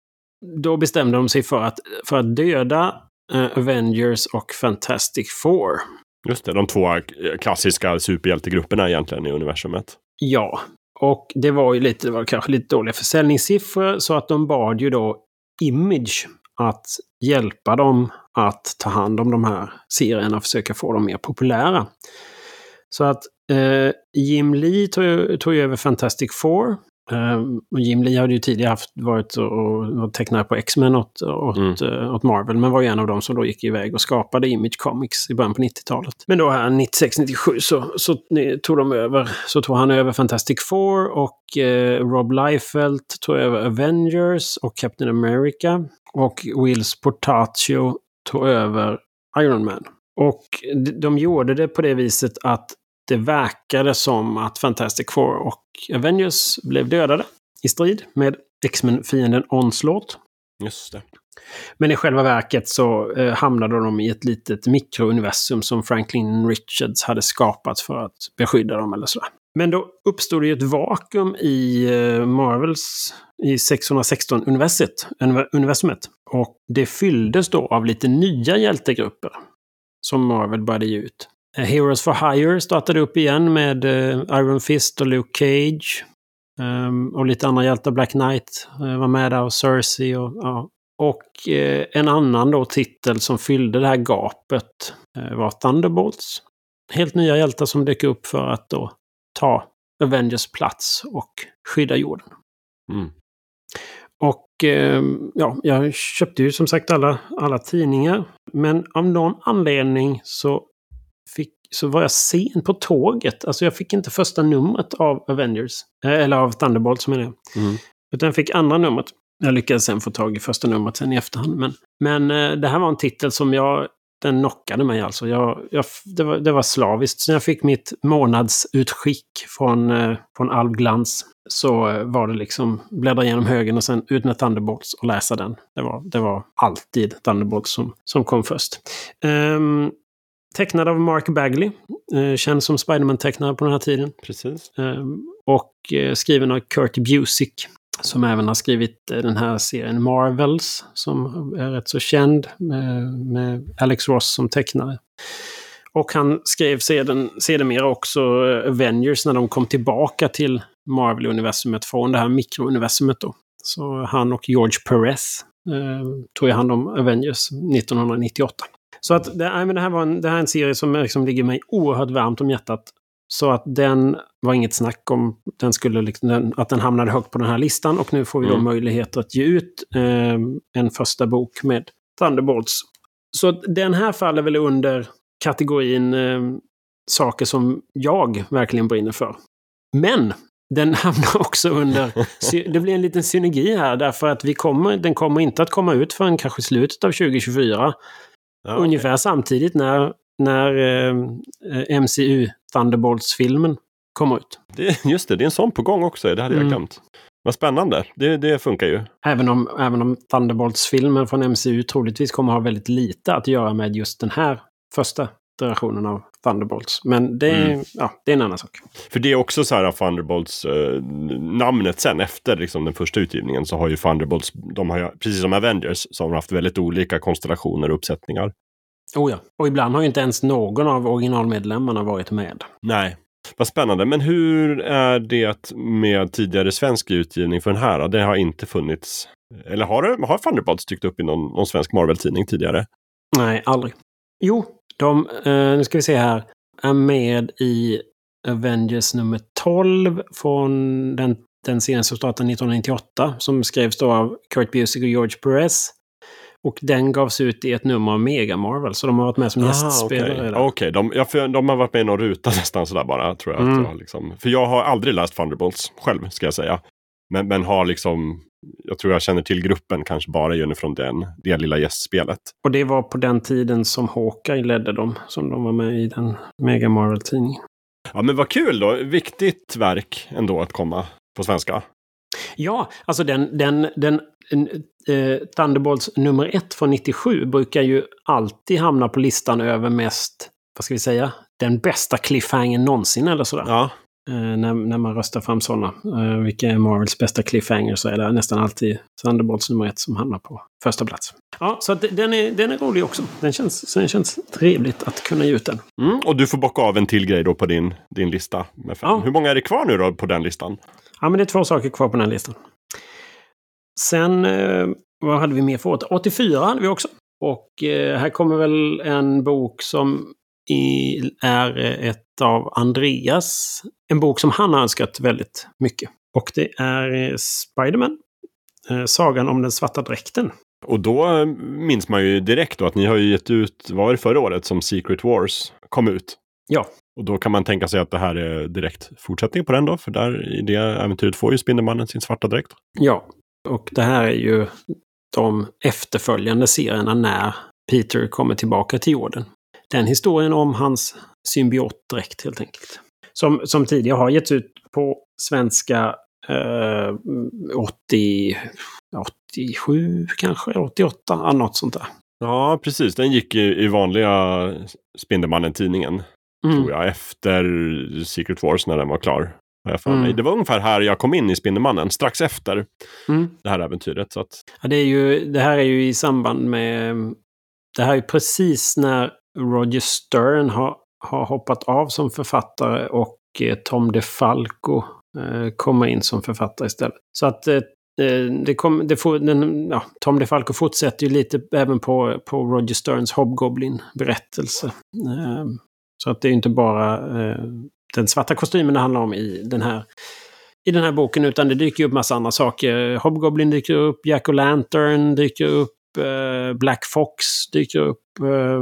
då bestämde de sig för att, för att döda eh, Avengers och Fantastic Four. Just det, de två klassiska superhjältegrupperna egentligen i universumet. Ja, och det var ju lite, det var kanske lite dåliga försäljningssiffror, så att de bad ju då Image att hjälpa dem att ta hand om de här serierna och försöka få dem mer populära. Så att eh, Jim Lee tog, tog över Fantastic Four. Uh, och Jim Lee hade ju tidigare haft, varit och, och tecknat på X-Men åt, åt, mm. uh, åt Marvel, men var ju en av dem som då gick iväg och skapade Image Comics i början på nittiotalet. Men då här nittiosex nittiosju så, så tog de över, så tog han över Fantastic Four, och uh, Rob Liefeld tog över Avengers och Captain America, och Will Portacio tog över Iron Man. Och de, de gjorde det på det viset att det verkade som att Fantastic Four och Avengers blev dödade i strid med X-Men-fienden Onslaught. Just det. Men i själva verket så eh, hamnade de i ett litet mikrouniversum som Franklin Richards hade skapat för att beskydda dem eller sådär. Men då uppstod det ju ett vakuum i eh, Marvels i sexhundrasexton-universumet. Och det fylldes då av lite nya hjältegrupper som Marvel började ge ut. Heroes for Hire startade upp igen med uh, Iron Fist och Luke Cage. Um, och lite andra hjältar. Black Knight uh, var med där, och Cersei. Och, ja. och uh, en annan då titel som fyllde det här gapet uh, var Thunderbolts. Helt nya hjältar som dök upp för att då ta Avengers plats och skydda jorden. Mm. Och um, ja, jag köpte ju som sagt alla, alla tidningar. Men av någon anledning så Fick, så var jag sen på tåget. Alltså jag fick inte första numret av Avengers. Eller av Thunderbolt som är det. Mm. Utan jag fick andra numret. Jag lyckades sen få tag i första numret sen i efterhand. Men, men det här var en titel som jag... Den knockade mig alltså. Jag, jag, det, var, det var slaviskt. Så när jag fick mitt månadsutskick från, från Alv Glans, så var det liksom bläddra igenom högen och sen ut med Thunderbolts och läsa den. Det var, det var alltid Thunderbolts som, som kom först. Um, Tecknad av Mark Bagley, eh, känd som Spider-Man-tecknare på den här tiden. Precis. Eh, och eh, skriven av Kurt Busiek, som även har skrivit eh, den här serien Marvels, som är rätt så känd, med, med Alex Ross som tecknare. Och han skrev sedan, sedermera också eh, Avengers när de kom tillbaka till Marvel-universumet från det här mikrouniversumet då. Så han och George Perez eh, tog hand om Avengers nittonhundranittioåtta. Så att det, nej, men det, här var en, det här är en serie som liksom ligger mig oerhört varmt om hjärtat. Så att den var inget snack om den skulle, liksom, den, att den hamnade högt på den här listan. Och nu får vi då mm. möjlighet att ge ut eh, en första bok med Thunderbolts. Så den här faller väl under kategorin eh, saker som jag verkligen brinner för. Men den hamnar också under... Det blir en liten synergi här, därför att vi kommer, den kommer inte att komma ut förrän kanske slutet av tjugo tjugofyra. Ja, ungefär okay. Samtidigt när när eh, M C U Thunderbolts-filmen kommer ut. Det, just det, det är en sån på gång också. Det hade jag Mm. glömt. Vad spännande. Det, det funkar ju. Även om, även om Thunderbolts-filmen från M C U troligtvis kommer ha väldigt lite att göra med just den här första iterationen av Thunderbolts. Men det, Mm. ja, det är en annan sak. För det är också så här Thunderbolts eh, namnet sen efter liksom, den första utgivningen så har ju Thunderbolts, de har ju, precis som Avengers, så har de haft väldigt olika konstellationer och uppsättningar. Oh ja. Och ibland har ju inte ens någon av originalmedlemmarna varit med. Nej. Vad spännande. Men hur är det med tidigare svensk utgivning för den här? Det har inte funnits. Eller har, det, har Thunderbolts dykt upp i någon, någon svensk Marvel-tidning tidigare? Nej, aldrig. Jo, de, eh, nu ska vi se här, är med i Avengers nummer tolv från den, den serien som startade nittonhundranittioåtta som skrevs då av Kurt Busiek och George Perez. Och den gavs ut i ett nummer av Mega Marvel, så de har varit med som gästspelare. Okej, där. okay. de, ja, för de har varit med i någon ruta nästan sådär bara, tror jag. Mm. Att jag liksom, för jag har aldrig läst Thunderbolts själv, ska jag säga. Men, men har liksom, jag tror jag känner till gruppen kanske bara utifrån den, det lilla gästspelet. Och det var på den tiden som Hawkeye ledde dem, som de var med i den Mega Marvel-tidningen. Ja, men vad kul då. Viktigt verk ändå att komma på svenska. Ja, alltså den, den, den eh, Thunderbolts nummer ett från nittiosju brukar ju alltid hamna på listan över mest, vad ska vi säga, den bästa cliffhangern någonsin eller sådär. Ja. Eh, när, när man röstar fram sådana. Eh, vilka är Marvels bästa cliffhanger, så är det nästan alltid Thunderbolts nummer ett som hamnar på första plats. Ja, så att den, är, den är rolig också. Den känns, så den känns trevligt att kunna ge ut den. Mm, och du får bocka av en till grej då på din, din lista med fem. Ja. Hur många är det kvar nu då på den listan? Ja, men det är två saker kvar på den här listan. Sen, eh, vad hade vi mer för åt? åttiofyra hade vi också. Och eh, här kommer väl en bok som i, är ett av Andreas. En bok som han har önskat väldigt mycket. Och det är eh, Spider-Man. Eh, sagan om den svarta dräkten. Och då eh, minns man ju direkt då att ni har ju gett ut, vad var det förra året som Secret Wars kom ut? Ja. Och då kan man tänka sig att det här är direkt fortsättning på den då, för där i det äventyret får ju Spindelmannen sin svarta dräkt. Ja, och det här är ju de efterföljande serierna när Peter kommer tillbaka till jorden. Den historien om hans symbiotdräkt helt enkelt. Som, som tidigare har getts ut på svenska eh, åttio, åttiosju kanske, åttioåtta, något sånt där. Ja, precis. Den gick i, i vanliga Spindelmannen-tidningen. Mm. Tror jag, efter Secret Wars när den var klar. Har jag för mig. Mm. Det var ungefär här jag kom in i Spindelmannen, strax efter Mm. det här äventyret. Så att... Ja, det, är ju, det här är ju i samband med... Det här är precis när Roger Stern har, har hoppat av som författare och eh, Tom DeFalco eh, kommer in som författare istället. Så att eh, det kom, det får, den, ja, Tom DeFalco fortsätter ju lite även på, på Roger Sterns Hobgoblin-berättelse. Eh, så att det är inte bara eh, den svarta kostymen det handlar om i den här i den här boken, utan det dyker upp massa andra saker. Hobgoblin dyker upp, Jack-o'-lantern dyker upp, eh, Black Fox dyker upp, eh,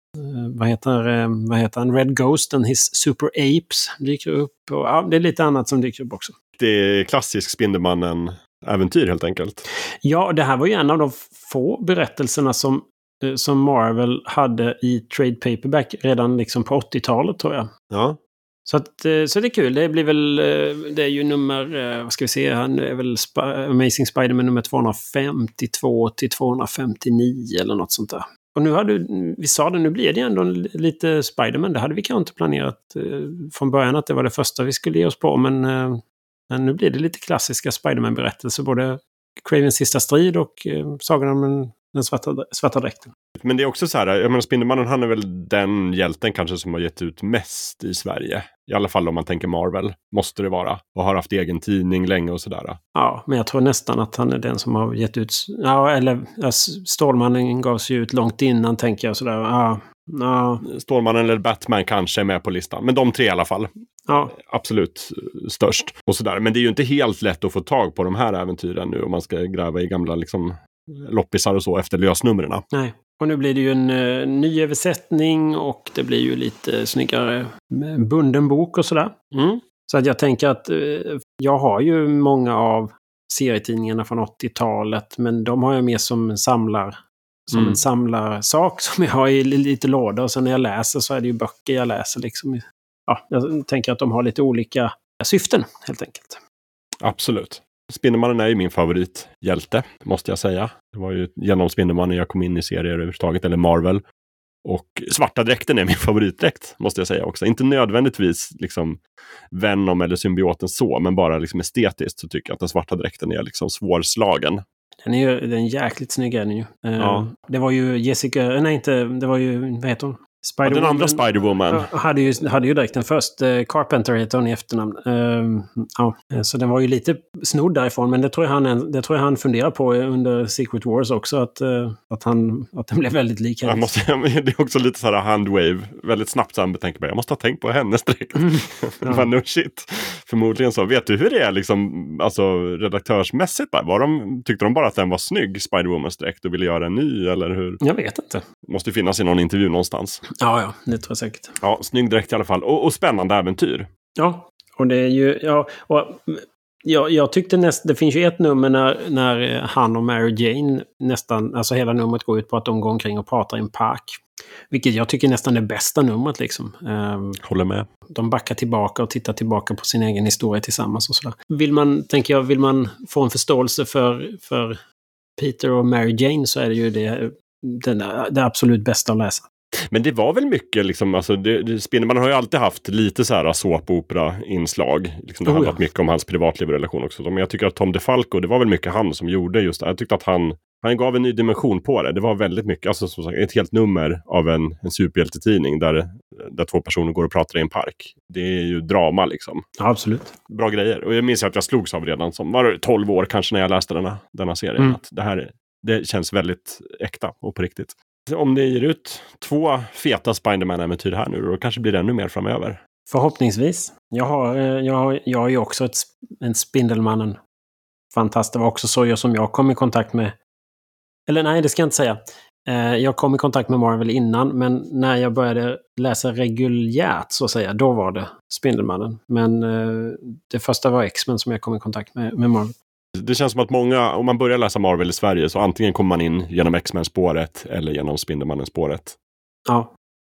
vad heter, eh, vad heter han? Red Ghost and his Super Apes dyker upp. Och, ja, det är lite annat som dyker upp också. Det är klassisk Spindelmannen-äventyr helt enkelt. Ja, det här var ju en av de få berättelserna som, eh, som Marvel hade i trade paperback redan liksom på åttiotalet, tror jag. Ja. Så, att, så det är kul. Det blir väl, det är ju nummer, vad ska vi se, han är väl Sp- Amazing Spider-Man nummer tvåhundrafemtiotvå till tvåhundrafemtionio eller något sånt där. Och nu hade vi sa det, nu blir det ändå lite Spider-Man. Det hade vi kanske inte planerat från början att det var det första vi skulle ge oss på, men, men nu blir det lite klassiska Spider-Man-berättelser, både Cravens sista strid och sagan om den, den svarta, svarta dräkten. Men det är också så här, jag menar Spindelmannen, han är väl den hjälten kanske som har gett ut mest i Sverige. I alla fall om man tänker Marvel, måste det vara. Och har haft egen tidning länge och sådär. Ja, men jag tror nästan att han är den som har gett ut... Ja, eller ja, Stålmannen gavs ju ut långt innan, tänker jag sådär. Ja, ja. Stålmannen eller Batman kanske är med på listan. Men de tre i alla fall. Ja. Absolut störst. Och sådär. Men det är ju inte helt lätt att få tag på de här äventyren nu om man ska gräva i gamla liksom loppisar och så efter lösnumren. Nej. Och nu blir det ju en uh, ny översättning och det blir ju lite snyggare bunden bok och sådär. Mm. Så att jag tänker att uh, jag har ju många av serietidningarna från åttiotalet, men de har jag mer som samlar, som Mm. en samlarsak som jag har i lite lådor. Och sen när jag läser så är det ju böcker jag läser. Liksom. Ja, jag tänker att de har lite olika syften helt enkelt. Absolut. Spindelmannen är ju min favorithjälte, måste jag säga. Det var ju genom Spindelmannen jag kom in i serier överhuvudtaget, eller Marvel. Och svarta dräkten är min favoritdräkt, måste jag säga också. Inte nödvändigtvis liksom Venom eller symbioten så, men bara liksom estetiskt så tycker jag att den svarta dräkten är liksom svårslagen. Den är ju den är jäkligt snygg är den ju. Ja. Det var ju Jessica, nej inte, det var ju, vad heter hon? Ja, den andra Spider-Woman. Hade ju, hade ju direkt den först. Carpenter heter hon i efternamn. Uh, ja. Så den var ju lite snodd därifrån. Men det tror jag han, det tror jag han funderar på under Secret Wars också. Att, uh, att, han, att den blev väldigt lik henne. Jag måste, det är också lite så här handwave. Väldigt snabbt så han betänker jag måste ha tänkt på hennes direkt. Mm. Ja. no shit. Förmodligen så. Vet du hur det är liksom, alltså redaktörsmässigt? Var de, tyckte de bara att den var snygg, Spider-Woman's direkt, och ville göra en ny? Eller hur? Jag vet inte. Måste finnas i någon intervju någonstans. Ja, ja, det tror jag säkert. Ja, snygg direkt i alla fall. Och, och spännande äventyr. Ja, och det är ju... Ja, och, ja, jag tyckte nästan... Det finns ju ett nummer när, när han och Mary Jane nästan... Alltså hela numret går ut på att de går omkring och pratar i en park. Vilket jag tycker nästan är bästa numret liksom. Um, Håller med. De backar tillbaka och tittar tillbaka på sin egen historia tillsammans och sådär. Vill man, tänker jag, vill man få en förståelse för, för Peter och Mary Jane så är det ju det, det, det absolut bästa att läsa. Men det var väl mycket liksom, alltså det, det, Spindelmannen har ju alltid haft lite så här såpopera-inslag. Liksom det har oh, handlat ja. mycket om hans privatliv och relation också. Men jag tycker att Tom DeFalco, det var väl mycket han som gjorde just det. Jag tyckte att han, han gav en ny dimension på det. Det var väldigt mycket, alltså som sagt, ett helt nummer av en, en superhjältetidning där, där två personer går och pratar i en park. Det är ju drama liksom. Ja, absolut. Bra grejer. Och jag minns att jag slogs av redan som var tolv år kanske när jag läste denna, denna serien. Mm. Att det här det känns väldigt äkta och på riktigt. Om det ger ut två feta Spider-Man-äventyr här nu, då kanske blir det ännu mer framöver. Förhoppningsvis. Jag har, jag har, jag har ju också ett, en Spindelmannen. Fantastiskt. Det var också så jag som jag kom i kontakt med. Eller nej, det ska jag inte säga. Jag kom i kontakt med Marvel innan, men när jag började läsa reguljärt så att säga, då var det Spindelmannen. Men det första var X-Men som jag kom i kontakt med, med Marvel. Det känns som att många, om man börjar läsa Marvel i Sverige så antingen kommer man in genom X-Men-spåret eller genom Spindelmannen-spåret. Ja.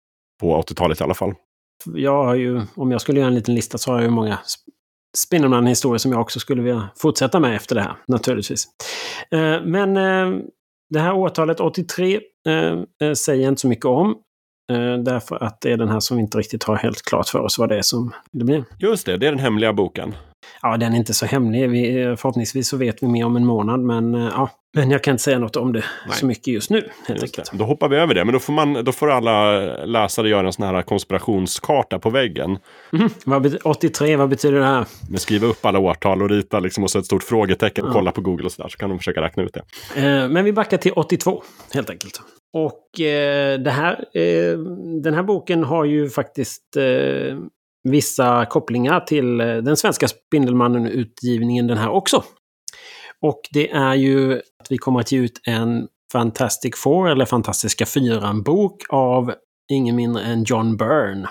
På åttiotalet i alla fall. Jag har ju, om jag skulle göra en liten lista så har jag ju många Spindelmannen-historier som jag också skulle vilja fortsätta med efter det här, naturligtvis. Men det här årtalet åttiotre säger jag inte så mycket om. Därför att det är den här som vi inte riktigt har helt klart för oss vad det är som det blir. Just det, det är den hemliga boken. Ja, den är inte så hemlig. Vi, förhoppningsvis så vet vi mer om en månad. Men, ja, men jag kan inte säga något om det Nej. så mycket just nu. Helt just enkelt. Då hoppar vi över det. Men då får, man, då får alla läsare göra en sån här konspirationskarta på väggen. Mm. Vad, åttiotre, vad betyder det här? Men skriva upp alla årtal och rita liksom, och så ett stort frågetecken och ja. kolla på Google och sådär. Så kan de försöka räkna ut det. Eh, men vi backar till åttiotvå, helt enkelt. Och eh, det här, eh, den här boken har ju faktiskt... Eh, vissa kopplingar till den svenska Spindelmannen-utgivningen den här också. Och det är ju att vi kommer att ge ut en Fantastic Four eller Fantastiska Fyran-bok av ingen mindre än John Byrne.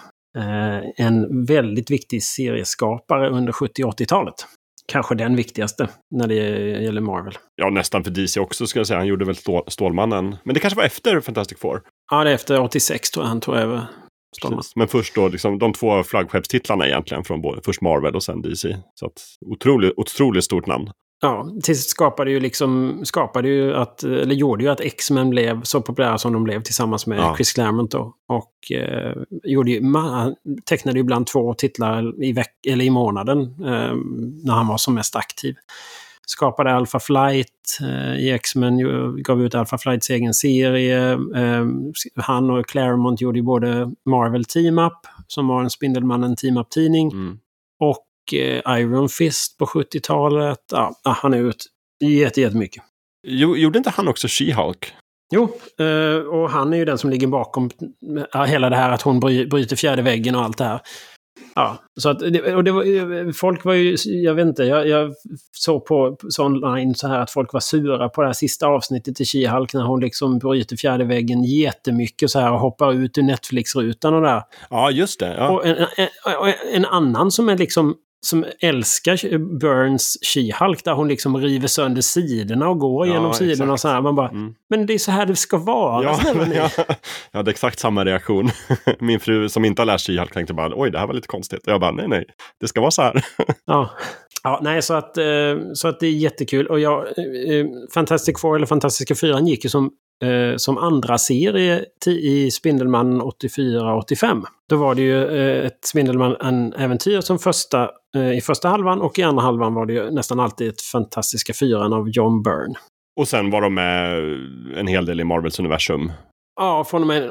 Eh, en väldigt viktig serieskapare under sjuttio- och åttiotalet. Kanske den viktigaste när det gäller Marvel. Ja, nästan för D C också ska jag säga. Han gjorde väl Stål- Stålmannen. Men det kanske var efter Fantastic Four. Ja, det är efter åttiosex tror jag han tog över. Men först då liksom, de två flaggskeppstitlarna egentligen från både, först Marvel och sen D C. Så att otroligt, otroligt stort namn. Ja, till skapade ju liksom skapade ju att eller gjorde ju att X-Men blev så populära som de blev tillsammans med ja. Chris Claremont då och eh, gjorde ju man tecknade ju ibland två titlar i veck eller i månaden eh, när han var som mest aktiv. Skapade Alpha Flight eh, i X-Men, gav ut Alpha Flights egen serie. Eh, han och Claremont gjorde ju både Marvel Team Up, som var en Spindelmannen Team Up-tidning, mm. och eh, Iron Fist på sjuttiotalet. Ja, han är ut jätte, jättemycket. Jo, gjorde inte han också She-Hulk? Jo, eh, och han är ju den som ligger bakom hela det här att hon bry, bryter fjärde väggen och allt det här. Ja, så att, och det var, folk var ju, jag vet inte, jag, jag såg på så online så här att folk var sura på det här sista avsnittet i She-Hulk när hon liksom bryter fjärde väggen jättemycket så här och hoppar ut ur Netflix-rutan och där. Ja, just det. Ja. Och en, en, en annan som är liksom som älskar Burns She-Hulk där hon liksom river sönder sidorna och går ja, genom sidorna och så här. Man bara, mm. men det är så här det ska vara. Ja, ja, ja, det är exakt samma reaktion. Min fru som inte har lärt She-Hulk tänkte bara, oj, det här var lite konstigt. Och jag bara, nej, nej, det ska vara så här. Ja. Ja, nej, så att, så att det är jättekul. Och jag, Fantastic Four eller Fantastiska Fyran gick ju som, som andra serie i Spindelmannen åttiofyra åttiofem. Då var det ju ett Spindelmannen-äventyr som första, i första halvan, och i andra halvan var det ju nästan alltid ett Fantastiska Fyran av John Byrne. Och sen var de med en hel del i Marvels universum. Ja, från och med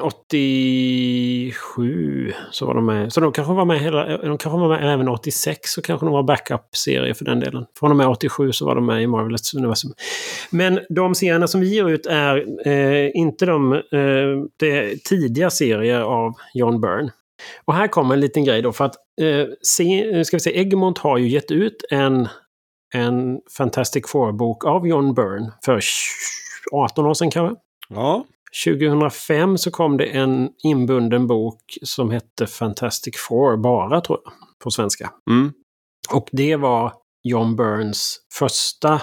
åttiosju så var de med. Så de kanske var med hela, de kanske var med även åttiosex, så kanske de var backup-serie för den delen. Från och med åttiosju så var de med i Marvels universum. Men de serierna som vi ger ut är eh, inte de eh, det tidiga serier av John Byrne. Och här kommer en liten grej då, för att eh, se, ska vi se, Egmont har ju gett ut en, en Fantastic Four-bok av John Byrne för arton år sedan kanske. Ja. tjugohundrafem så kom det en inbunden bok som hette Fantastic Four bara, tror jag, på svenska. Mm. Och det var John Byrnes första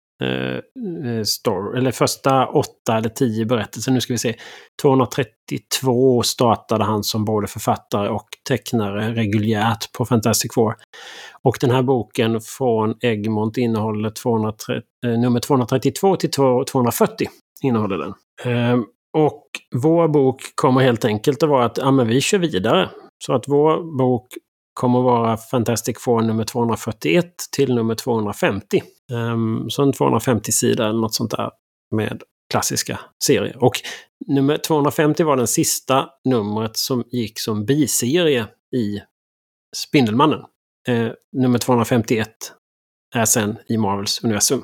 eh, story, eller första åtta eller tio berättelser. Nu ska vi se. tvåhundratrettiotvå startade han som både författare och tecknare reguljärt på Fantastic Four. Och den här boken från Egmont innehåller tvåhundratrettio, eh, nummer tvåhundratrettiotvå till tvåhundrafyrtio innehåller den. Eh, Och vår bok kommer helt enkelt att vara att ja, men vi kör vidare. Så att vår bok kommer att vara Fantastic Four nummer tvåhundrafyrtioett till nummer tvåhundrafemtio. Um, så en tvåhundrafemtio sida eller något sånt där med klassiska serier. Och nummer tvåhundrafemtio var den sista numret som gick som biserie i Spindelmannen. Uh, nummer tvåhundrafemtioett är sen i Marvels universum.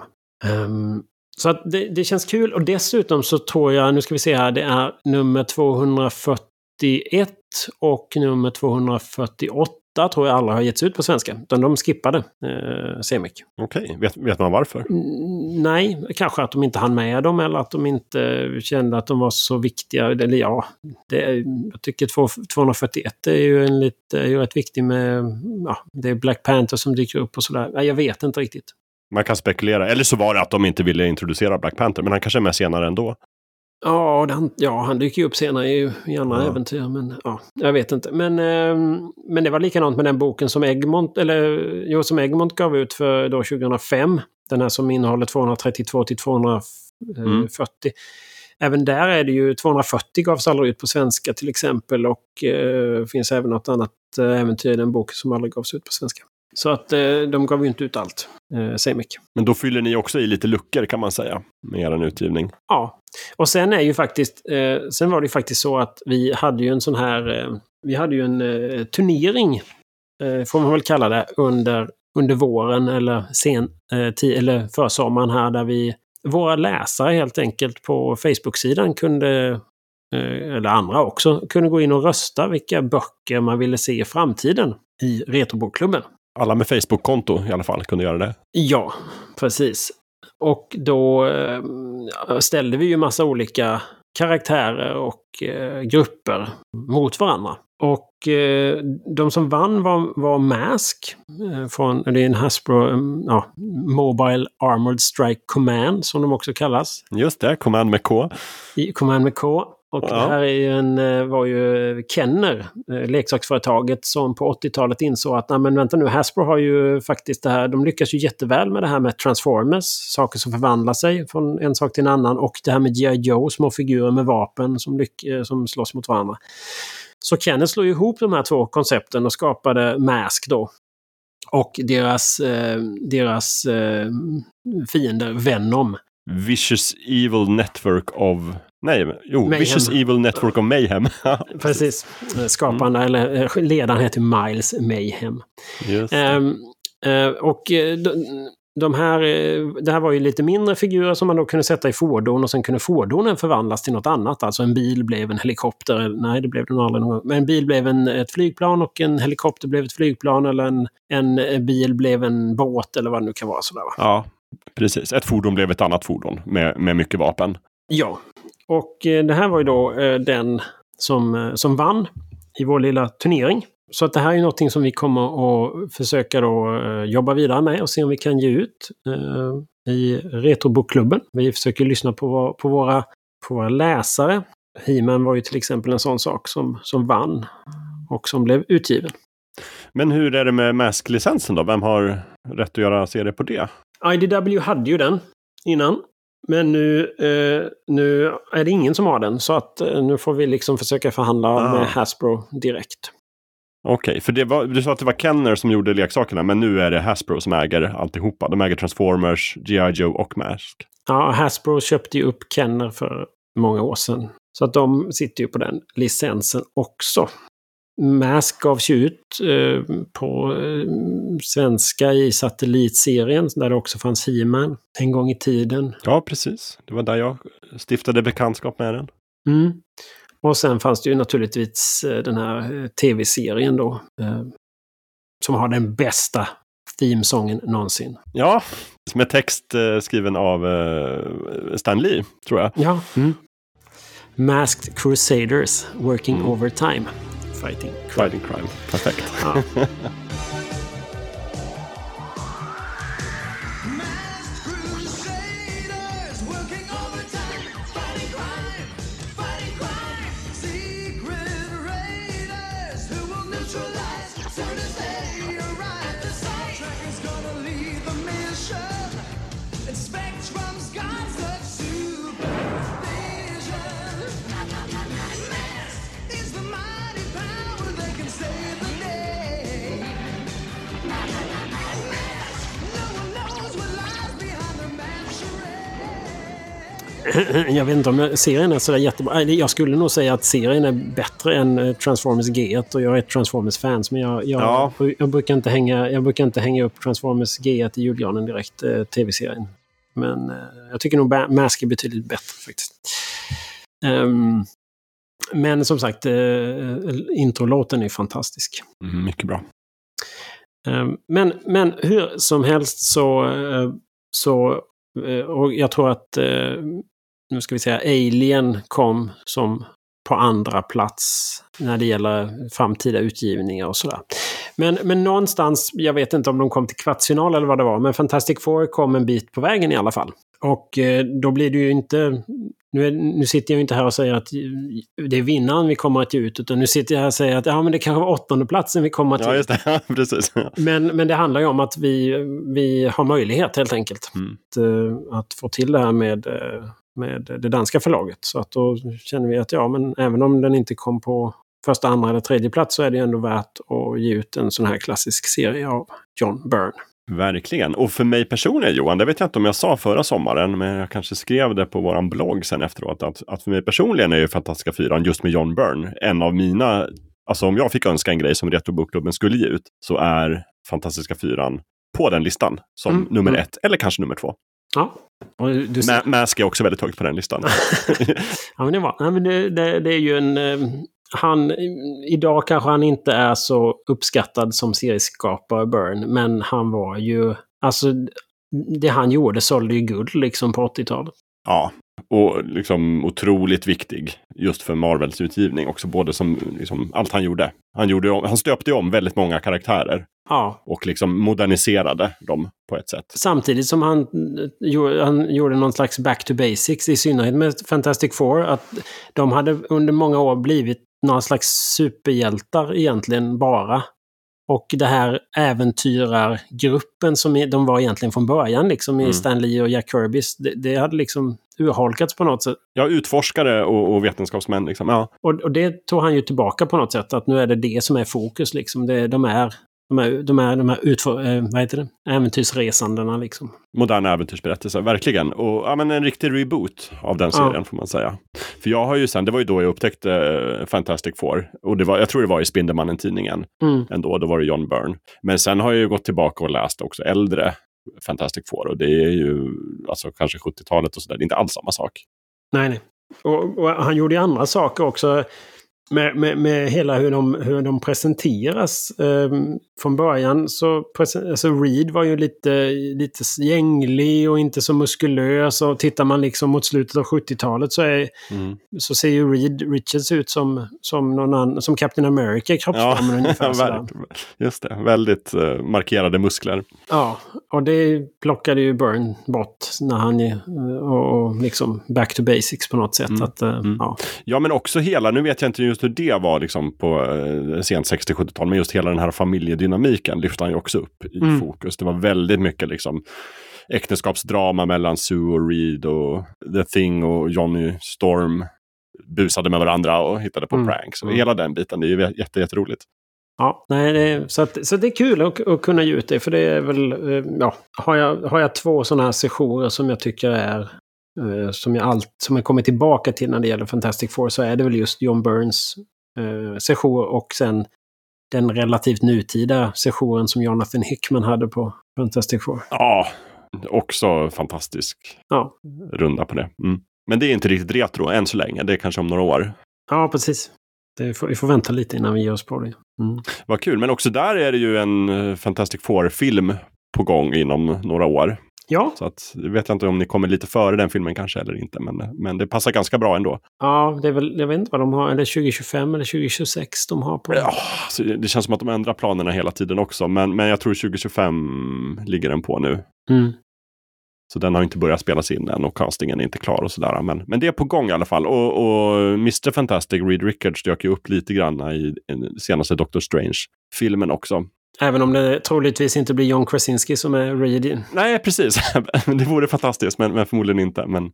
Um, Så att det, det känns kul, och dessutom så tror jag, nu ska vi se här, det är nummer tvåhundrafyrtioett och nummer tvåhundrafyrtioåtta tror jag alla har getts ut på svenska. Utan de skippade eh, Semik. Okej, okay. vet, vet man varför? Mm, nej, kanske att de inte hann med dem eller att de inte kände att de var så viktiga. Eller ja, det är, jag tycker tvåhundrafyrtioett är ju en lite, är ju rätt viktig med, ja, det är Black Panther som dyker upp och sådär. Nej, jag vet inte riktigt. Man kan spekulera. Eller så var det att de inte ville introducera Black Panther. Men han kanske är med senare ändå. Ja, han, ja, han dyker ju upp senare i, i andra ja. äventyr. Men ja, jag vet inte. Men, eh, men det var likadant med den boken som Egmont, eller, jo, som Egmont gav ut för då tjugohundrafem. Den här som innehåller tvåhundratrettiotvå till tvåhundrafyrtio. Mm. Även där är det ju tvåhundrafyrtio gavs aldrig ut på svenska till exempel. Och eh, finns även något annat äventyr i den boken som aldrig gavs ut på svenska. Så att eh, de gav ju inte ut allt, eh, säger mycket. Men då fyller ni också i lite luckor kan man säga, med er utgivning. Ja, och sen är ju faktiskt, eh, sen var det ju faktiskt så att vi hade ju en sån här, eh, vi hade ju en eh, turnering, eh, får man väl kalla det, under, under våren eller, sen, eh, t- eller försommaren här, där vi, våra läsare helt enkelt på Facebook-sidan kunde, eh, eller andra också, kunde gå in och rösta vilka böcker man ville se i framtiden i Retrobokklubben. Alla med Facebook-konto i alla fall kunde göra det. Ja, precis. Och då eh, ställde vi ju massa olika karaktärer och eh, grupper mot varandra. Och eh, de som vann var, var Mask eh, från, det är en Hasbro eh, ja, Mobile Armored Strike Command som de också kallas. Just det, Command med K. I Command med K. Och ja. Det här är ju en, var ju Kenner, leksaksföretaget, som på åttiotalet insåg att nej men vänta nu, Hasbro har ju faktiskt det här, de lyckas ju jätteväl med det här med Transformers, saker som förvandlar sig från en sak till en annan, och det här med G I. Joe, små figurer med vapen som, lyck- som slåss mot varandra. Så Kenner slog ihop de här två koncepten och skapade Mask då. Och deras, eh, deras eh, fiender Venom. Vicious Evil Network of... Nej, jo, Mayhem. Vicious Evil Network of Mayhem. Precis. Skaparen, mm. eller ledaren heter Miles Mayhem. Just det. Um, uh, och de, de här, det här var ju lite mindre figurer som man då kunde sätta i fordon, och sen kunde fordonen förvandlas till något annat. Alltså en bil blev en helikopter. Nej, det blev det nog aldrig någon gång. Men en bil blev en, ett flygplan, och en helikopter blev ett flygplan, eller en, en bil blev en båt, eller vad det nu kan vara. Sådär, va? Ja, precis. Ett fordon blev ett annat fordon med, med mycket vapen. Ja, och eh, det här var ju då eh, den som, eh, som vann i vår lilla turnering. så att det här är någonting som vi kommer att försöka då jobba vidare med och se om vi kan ge ut eh, i Retrobokklubben. Vi försöker lyssna på, på, våra, på våra läsare. He-Man var ju till exempel en sån sak som, som vann och som blev utgiven. Men hur är det med Mask-licensen då? Vem har rätt att göra serier på det? I D W hade ju den innan. Men nu, eh, nu är det ingen som har den. Så att eh, nu får vi liksom försöka förhandla ah. med Hasbro direkt. Okej, okay, för det var, du sa att det var Kenner som gjorde leksakerna. Men nu är det Hasbro som äger alltihopa. De äger Transformers, G I. Joe och Mask. Ja, Hasbro köpte ju upp Kenner för många år sedan. Så att de sitter ju på den licensen också. Mask gavs ut eh, på eh, svenska i satellitserien där det också fanns He-Man en gång i tiden. Ja, precis. Det var där jag stiftade bekantskap med den. Mm. Och sen fanns det ju naturligtvis eh, den här tv-serien då eh, som har den bästa themesången någonsin. Ja, med text eh, skriven av eh, Stan Lee, tror jag. Ja. Mm. Masked Crusaders Working mm. Overtime. Fighting crime. Fighting crime. Perfekt. Ja. Jag vet inte om serien är sådär jättebra. Jag skulle nog säga att serien är bättre än Transformers G ett och jag är ett Transformers-fans. Men jag, jag, ja. jag, brukar inte hänga, jag brukar inte hänga upp Transformers G ett i julgranen direkt, eh, tv-serien. Men eh, jag tycker nog Mask är betydligt bättre faktiskt. Um, men som sagt, eh, introlåten är fantastisk. Mm, mycket bra. Um, men, men hur som helst så... Eh, så och jag tror att nu ska vi säga Alien kom som på andra plats när det gäller framtida utgivningar och sådär. Men, men någonstans, jag vet inte om de kom till kvartsfinal eller vad det var, men Fantastic Four kom en bit på vägen i alla fall. Och eh, då blir det ju inte... Nu, är, nu sitter jag inte här och säger att det är vinnaren vi kommer att ge ut, utan nu sitter jag här och säger att ja, men det kanske var åttonde platsen vi kommer att ge ut. Ja, just det. Ja, precis. Men, men det handlar ju om att vi, vi har möjlighet helt enkelt mm. att, att få till det här med, med det danska förlaget. Så att då känner vi att ja, men även om den inte kom på första, andra eller tredje plats så är det ändå värt att ge ut en sån här klassisk serie av John Byrne. Verkligen. Och för mig personligen, Johan, det vet jag inte om jag sa förra sommaren, men jag kanske skrev det på våran blogg sen efteråt, att, att för mig personligen är ju Fantastiska fyran just med John Byrne en av mina, alltså om jag fick önska en grej som Retrobokklubben skulle ge ut, så är Fantastiska fyran på den listan som mm. nummer ett, eller kanske nummer två. Ja. Och du ser... Ma- Mask är också väldigt högt på den listan. Ja, men det var, nej, men det, det, det är ju en... Han, idag kanske han inte är så uppskattad som serieskapare Byrne, men han var ju, alltså det han gjorde sålde ju guld liksom på åttiotalet. Ja, och liksom otroligt viktig just för Marvels utgivning också, både som liksom, allt han gjorde. Han, gjorde om, han stöpte om väldigt många karaktärer. Ja. Och liksom moderniserade dem på ett sätt. Samtidigt som han, han gjorde någon slags back to basics, i synnerhet med Fantastic Four, att de hade under många år blivit några slags superhjältar egentligen bara. Och det här äventyrargruppen som de var egentligen från början liksom i mm. Stan Lee och Jack Kirby's, det, det hade liksom urholkats på något sätt. Ja, utforskare och, och vetenskapsmän liksom, ja. Och, och det tog han ju tillbaka på något sätt, att nu är det det som är fokus liksom. Det, de är de är de här, de här utfor, äh, vad heter det? Äventyrsresandena liksom. Moderna äventyrsberättelser, verkligen. Och ja, men en riktig reboot av den serien ja. Får man säga. För jag har ju sen, det var ju då jag upptäckte uh, Fantastic Four. Och det var, jag tror det var i Spindelmannen-tidningen mm. ändå, då var det John Byrne. Men sen har jag ju gått tillbaka och läst också äldre Fantastic Four. Och det är ju alltså kanske sjuttiotalet och sådär. Det är inte alls samma sak. Nej, nej. Och, och han gjorde ju andra saker också. Med, med, med hela hur de, hur de presenteras eh, från början så presen- alltså Reed var ju lite, lite gänglig och inte så muskulös, och tittar man liksom mot slutet av sjuttiotalet så, är, mm. så ser ju Reed Richards ut som, som, någon annan, som Captain America i kroppsformen ja, ungefär. Ja, just det, väldigt uh, markerade muskler. Ja, och det plockade ju Byrne bort när han och, och liksom back to basics på något sätt. Mm. Att, uh, mm. ja. ja, men också hela, nu vet jag inte just hur det var liksom på uh, sent sextio-sjuttiotal, men just hela den här familjedynamiken lyfte han ju också upp i mm. fokus. Det var väldigt mycket liksom äktenskapsdrama mellan Sue och Reed, och The Thing och Johnny Storm busade med varandra och hittade på mm. pranks. Och mm. hela den biten, det är ju jätte, jätteroligt. Ja, nej, det, så, att, så det är kul att, att kunna ge ut det, för det är väl, ja, har jag, har jag två sådana här sessioner som jag tycker är som jag allt som jag kommer tillbaka till när det gäller Fantastic Four, så är det väl just John Byrnes eh, session och sen den relativt nutida sessionen som Jonathan Hickman hade på Fantastic Four. Ja, också fantastisk ja. runda på det. Mm. Men det är inte riktigt retro än så länge, det är kanske om några år. Ja, precis. Det får, vi får vänta lite innan vi ger oss på det. Mm. Vad kul, men också där är det ju en Fantastic Four-film på gång inom några år. Ja. Så att, jag vet inte om ni kommer lite före den filmen kanske eller inte, men, men det passar ganska bra ändå. Ja, det är väl, jag vet inte vad de har, eller tjugo tjugofem eller tjugo tjugosex de har på. Ja, så det känns som att de ändrar planerna hela tiden också, men, men jag tror tjugo tjugofem ligger den på nu. Mm. Så den har inte börjat spelas in än och castingen är inte klar och sådär. Men, men det är på gång i alla fall. Och, och mister Fantastic, Reed Richards, dök ju upp lite grann i den senaste Doctor Strange-filmen också. Även om det troligtvis inte blir John Krasinski som är Reed. Nej, precis. Det vore fantastiskt, men, men förmodligen inte. Men,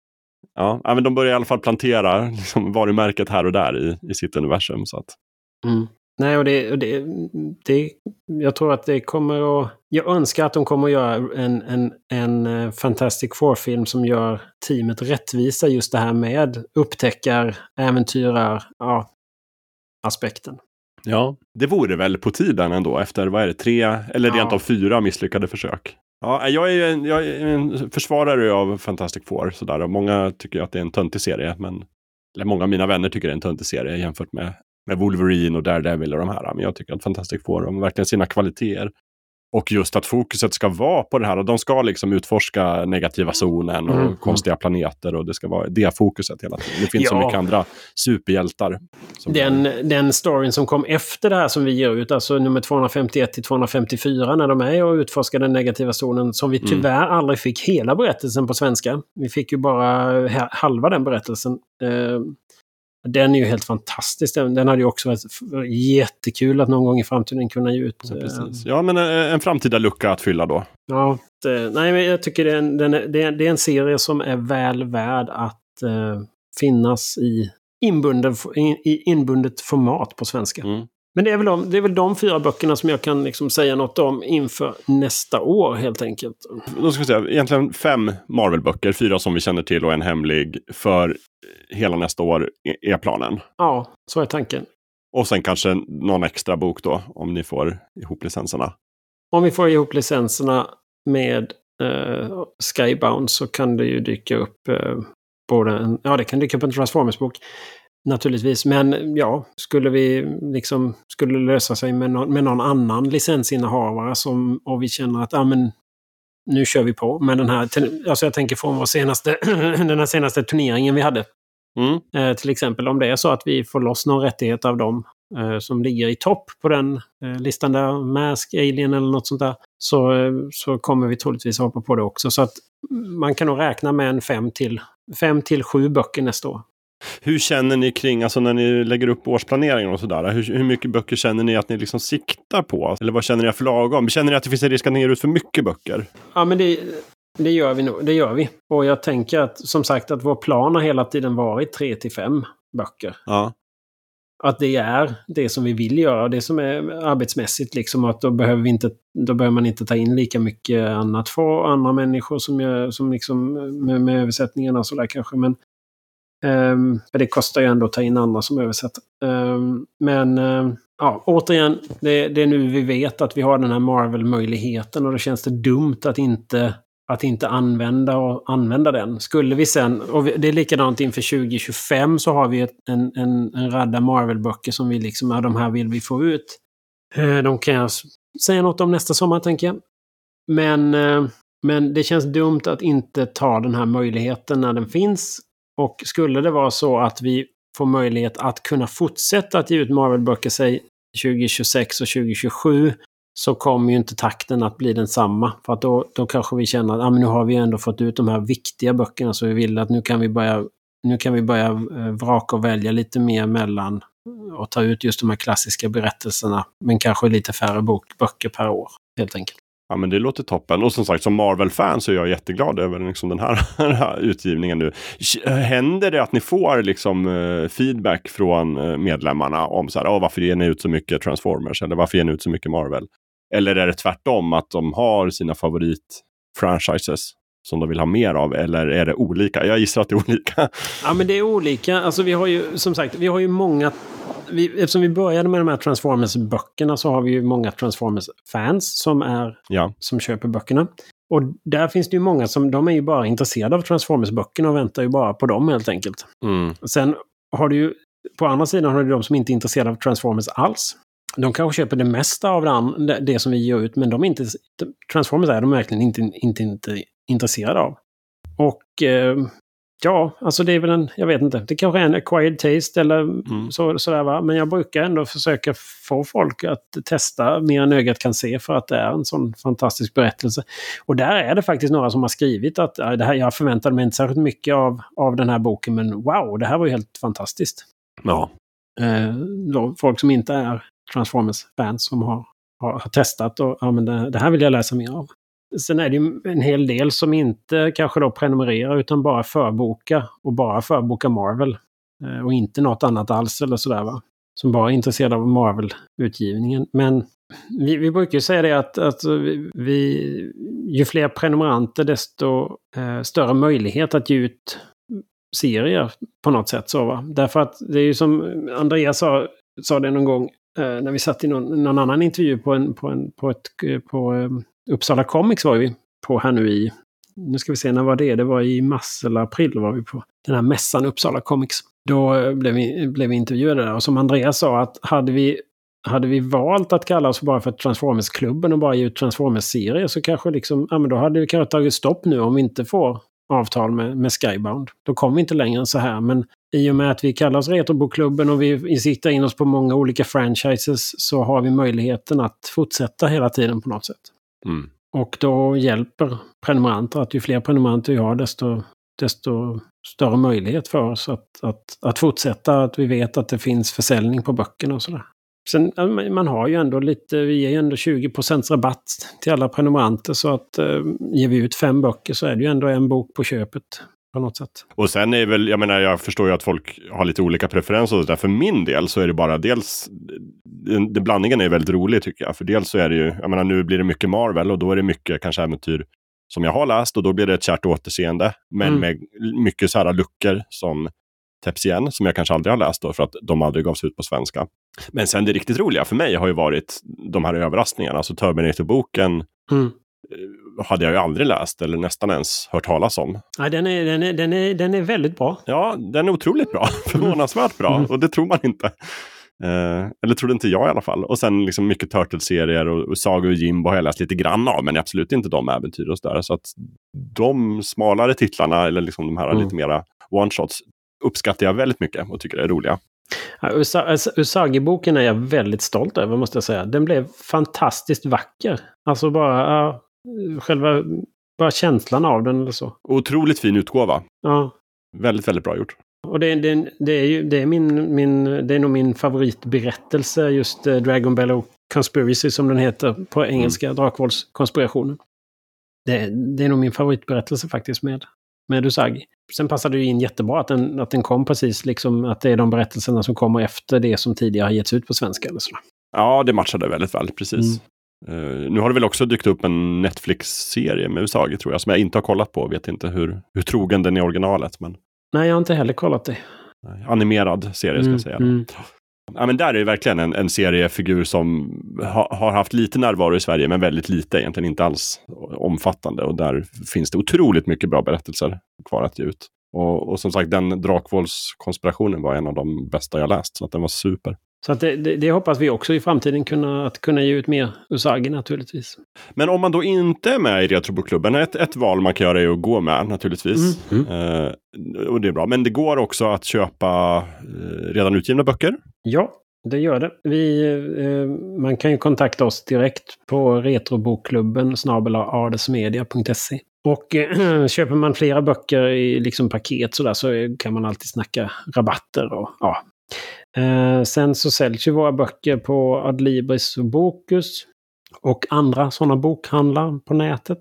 ja, men de börjar i alla fall plantera liksom, varumärket här och där i, i sitt universum. Så att. Mm. Nej, och det, och det, det, jag tror att det kommer att... Jag önskar att de kommer att göra en, en, en Fantastic Four-film som gör teamet rättvisa just det här med upptäckar, äventyrar, ja, aspekten. Ja, det vore väl på tiden ändå efter, vad är det, tre eller rent av fyra misslyckade försök. Ja, jag är en, jag är en försvarare av Fantastic Four sådär, och många tycker att det är en töntig serie, men eller många av mina vänner tycker det är en töntig serie jämfört med med Wolverine och Daredevil och de här. Men jag tycker att Fantastic Four har verkligen sina kvaliteter. Och just att fokuset ska vara på det här. Och de ska liksom utforska negativa zonen och mm. konstiga planeter. Och det ska vara det fokuset hela tiden. Det finns ja. så mycket andra superhjältar. Den, är... den storyn som kom efter det här som vi ger ut. Alltså nummer tvåhundrafemtioett till tvåhundrafemtiofyra. När de är och utforskar den negativa zonen. Som vi tyvärr mm. aldrig fick hela berättelsen på svenska. Vi fick ju bara halva den berättelsen. Eh, Den är ju helt fantastisk. Den, den hade ju också varit jättekul att någon gång i framtiden kunna ge ut. Ja, precis. Ja, men en, en framtida lucka att fylla då. Ja, det, nej, men jag tycker det är, en, den är, det, är, det är en serie som är väl värd att uh, finnas i, inbunden, in, i inbundet format på svenska. Mm. Men det är, väl de, det är väl de fyra böckerna som jag kan liksom säga något om inför nästa år helt enkelt. Då ska vi säga, egentligen fem Marvel-böcker, fyra som vi känner till och en hemlig för hela nästa år är planen. Ja, så är tanken. Och sen kanske någon extra bok då, om ni får ihop licenserna. Om vi får ihop licenserna med eh, Skybound så kan det ju dyka upp eh, både en, ja, det kan dyka upp en Transformers-bok. Naturligtvis, men ja, skulle vi liksom, skulle lösa sig med, no- med någon annan licensinnehavare som, och vi känner att, ja men, nu kör vi på med den här, alltså jag tänker från vår senaste, den här senaste turneringen vi hade. Mm. Eh, till exempel om det är så att vi får loss någon rättighet av dem eh, som ligger i topp på den eh, listan där, Mask, Alien eller något sånt där, så, eh, så kommer vi troligtvis hoppa på det också. Så att man kan nog räkna med en fem till, fem till sju böcker nästa år. Hur känner ni kring, alltså när ni lägger upp årsplaneringen och sådär, hur, hur mycket böcker känner ni att ni liksom siktar på? Eller vad känner ni för lagom? Känner ni att det finns en risk att ni ger ut för mycket böcker? Ja, men det, det gör vi nog, det gör vi. Och jag tänker att, som sagt, att vår plan har hela tiden varit tre till fem böcker. Ja. Att det är det som vi vill göra, det som är arbetsmässigt liksom, att då behöver vi inte, då behöver man inte ta in lika mycket annat för andra människor som gör, som liksom med, med översättningarna och sådär kanske, men Um, för det kostar ju ändå att ta in andra som översätter. Um, men um, ja, återigen, det, det är nu vi vet att vi har den här Marvel-möjligheten och då känns det dumt att inte att inte använda och använda den. Skulle vi sen, och det är likadant inför tjugo tjugofem så har vi ett, en, en, en radda Marvel-böcker som vi liksom, ja, de här vill vi få ut. De kan jag säga något om nästa sommar, tänker jag. Men, men det känns dumt att inte ta den här möjligheten när den finns. Och skulle det vara så att vi får möjlighet att kunna fortsätta att ge ut Marvel-böcker sig tjugo tjugosex och tjugo tjugosju, så kommer ju inte takten att bli densamma. För att då, då kanske vi känner att ah, men nu har vi ändå fått ut de här viktiga böckerna, så vi vill att nu kan vi börja, nu kan vi börja vraka och välja lite mer mellan och ta ut just de här klassiska berättelserna, men kanske lite färre bok, böcker per år, helt enkelt. Ja, men det låter toppen. Och som sagt, som Marvel-fan så är jag jätteglad över liksom den, här, den här utgivningen nu. Händer det att ni får liksom uh, feedback från uh, medlemmarna om så här, oh, varför ger ni ut så mycket Transformers? Eller varför ger ni ut så mycket Marvel? Eller är det tvärtom att de har sina favorit-franchises som de vill ha mer av? Eller är det olika? Jag gissar att det är olika. Ja, men det är olika. Alltså vi har ju, som sagt, vi har ju många... Vi, eftersom vi började med de här Transformers-böckerna så har vi ju många Transformers-fans som, är, ja. som köper böckerna. Och där finns det ju många som, de är ju bara intresserade av Transformers-böckerna och väntar ju bara på dem helt enkelt. Mm. Sen har du ju, på andra sidan har du de som inte är intresserade av Transformers alls. De kanske köper det mesta av det, det som vi ger ut, men de är inte, Transformers är de verkligen inte, inte, inte intresserade av. Och eh, ja, alltså det är väl en, jag vet inte, det kanske är en acquired taste eller mm. så, sådär va. Men jag brukar ändå försöka få folk att testa mer än ögat kan se, för att det är en sån fantastisk berättelse. Och där är det faktiskt några som har skrivit att det här, jag förväntade mig inte särskilt mycket av, av den här boken, men wow, det här var ju helt fantastiskt. Ja. Eh, då, folk som inte är Transformers-fans som har, har, har testat och ja, men det, det här vill jag läsa mer av. Sen är det ju en hel del som inte kanske då prenumererar utan bara förboka och bara förboka Marvel eh, och inte något annat alls eller sådär va. Som bara är intresserade av Marvel-utgivningen. Men vi, vi brukar ju säga det att, att vi, ju fler prenumeranter desto eh, större möjlighet att ge ut serier på något sätt så va. Därför att det är ju som Andreas sa, sa det någon gång eh, när vi satt i någon, någon annan intervju på en, på en, på ett, på eh, Uppsala Comics var vi på här nu i, nu ska vi se när var det, det var i mars eller april var vi på den här mässan Uppsala Comics. Då blev vi, blev vi intervjuade där och som Andreas sa att hade vi, hade vi valt att kalla oss bara för Transformers-klubben och bara ge ut Transformers-serier så kanske liksom, ja men då hade vi kanske tagit stopp nu om vi inte får avtal med, med Skybound. Då kommer vi inte längre än så här, men i och med att vi kallar oss Retrobokklubben och vi siktar in oss på många olika franchises så har vi möjligheten att fortsätta hela tiden på något sätt. Mm. Och då hjälper prenumeranter, att ju fler prenumeranter vi har desto, desto större möjlighet för oss att, att, att fortsätta, att vi vet att det finns försäljning på böckerna och sådär. Sen man har ju ändå lite, vi ger ju ändå tjugo procent rabatt till alla prenumeranter så att eh, ger vi ut fem böcker så är det ju ändå en bok på köpet på något sätt. Och sen är väl, jag menar jag förstår ju att folk har lite olika preferenser och där. För min del så är det bara dels, den, den blandningen är väldigt rolig tycker jag. För dels så är det ju, jag menar nu blir det mycket Marvel och då är det mycket kanske äventyr som jag har läst och då blir det ett kärt återseende. Men mm. med mycket så här luckor som täpps igen som jag kanske aldrig har läst då för att de aldrig gavs ut på svenska. Men sen det riktigt roliga för mig har ju varit de här överraskningarna. Alltså Terminator-boken mm. hade jag ju aldrig läst eller nästan ens hört talas om. Ja, den, är, den, är, den, är, den är väldigt bra. Ja, den är otroligt bra. Förvånansvärt bra. Mm. Och det tror man inte. Eh, eller trodde inte jag i alla fall. Och sen liksom mycket Turtles-serier och, och Saga och Jimbo har jag läst lite grann av. Men absolut inte de äventyr och sådär. Så att de smalare titlarna eller liksom de här mm. lite mera one-shots uppskattar jag väldigt mycket och tycker det är roliga. Ja, Usagi-boken är jag väldigt stolt över måste jag säga. Den blev fantastiskt vacker. Alltså bara ja, själva bara känslan av den eller så. Otroligt fin utgåva. Ja. Väldigt, väldigt bra gjort. Och det, det, det är ju det är min, min det är nog min favoritberättelse just uh, Dragon Ball Conspiracy som den heter på engelska, mm. Drakvåldskonspirationen. Det, det är nog min favoritberättelse faktiskt med med Usagi. Sen passade det ju in jättebra att den, att den kom precis liksom att det är de berättelserna som kommer efter det som tidigare har getts ut på svenska eller så. Ja, det matchade väldigt väl, precis. Mm. Uh, nu har det väl också dykt upp en Netflix-serie med Usagi tror jag, som jag inte har kollat på. Vet inte hur, hur trogen den är i originalet. Men... Nej, jag har inte heller kollat det. Animerad serie ska jag säga. Mm. Ja, men där är det verkligen en, en seriefigur som ha, har haft lite närvaro i Sverige, men väldigt lite, egentligen inte alls omfattande. Och där finns det otroligt mycket bra berättelser kvar att ge ut. Och, och som sagt, den Drakvåldskonspirationen var en av de bästa jag läst, så att den var super. Så att det, det, det hoppas vi också i framtiden kunna, att kunna ge ut mer Usagi naturligtvis. Men om man då inte är med i Retrobokklubben, ett, ett val man kan göra är att gå med naturligtvis. Mm. Mm. Eh, och det är bra. Men det går också att köpa eh, redan utgivna böcker. Ja, det gör det. Vi, eh, man kan ju kontakta oss direkt på retrobokklubben snabel-a ardesmedia punkt se. Och eh, köper man flera böcker i liksom paket så, där, så kan man alltid snacka rabatter och ja. Eh, sen så säljs ju våra böcker på Adlibris och Bokus och andra sådana bokhandlar på nätet.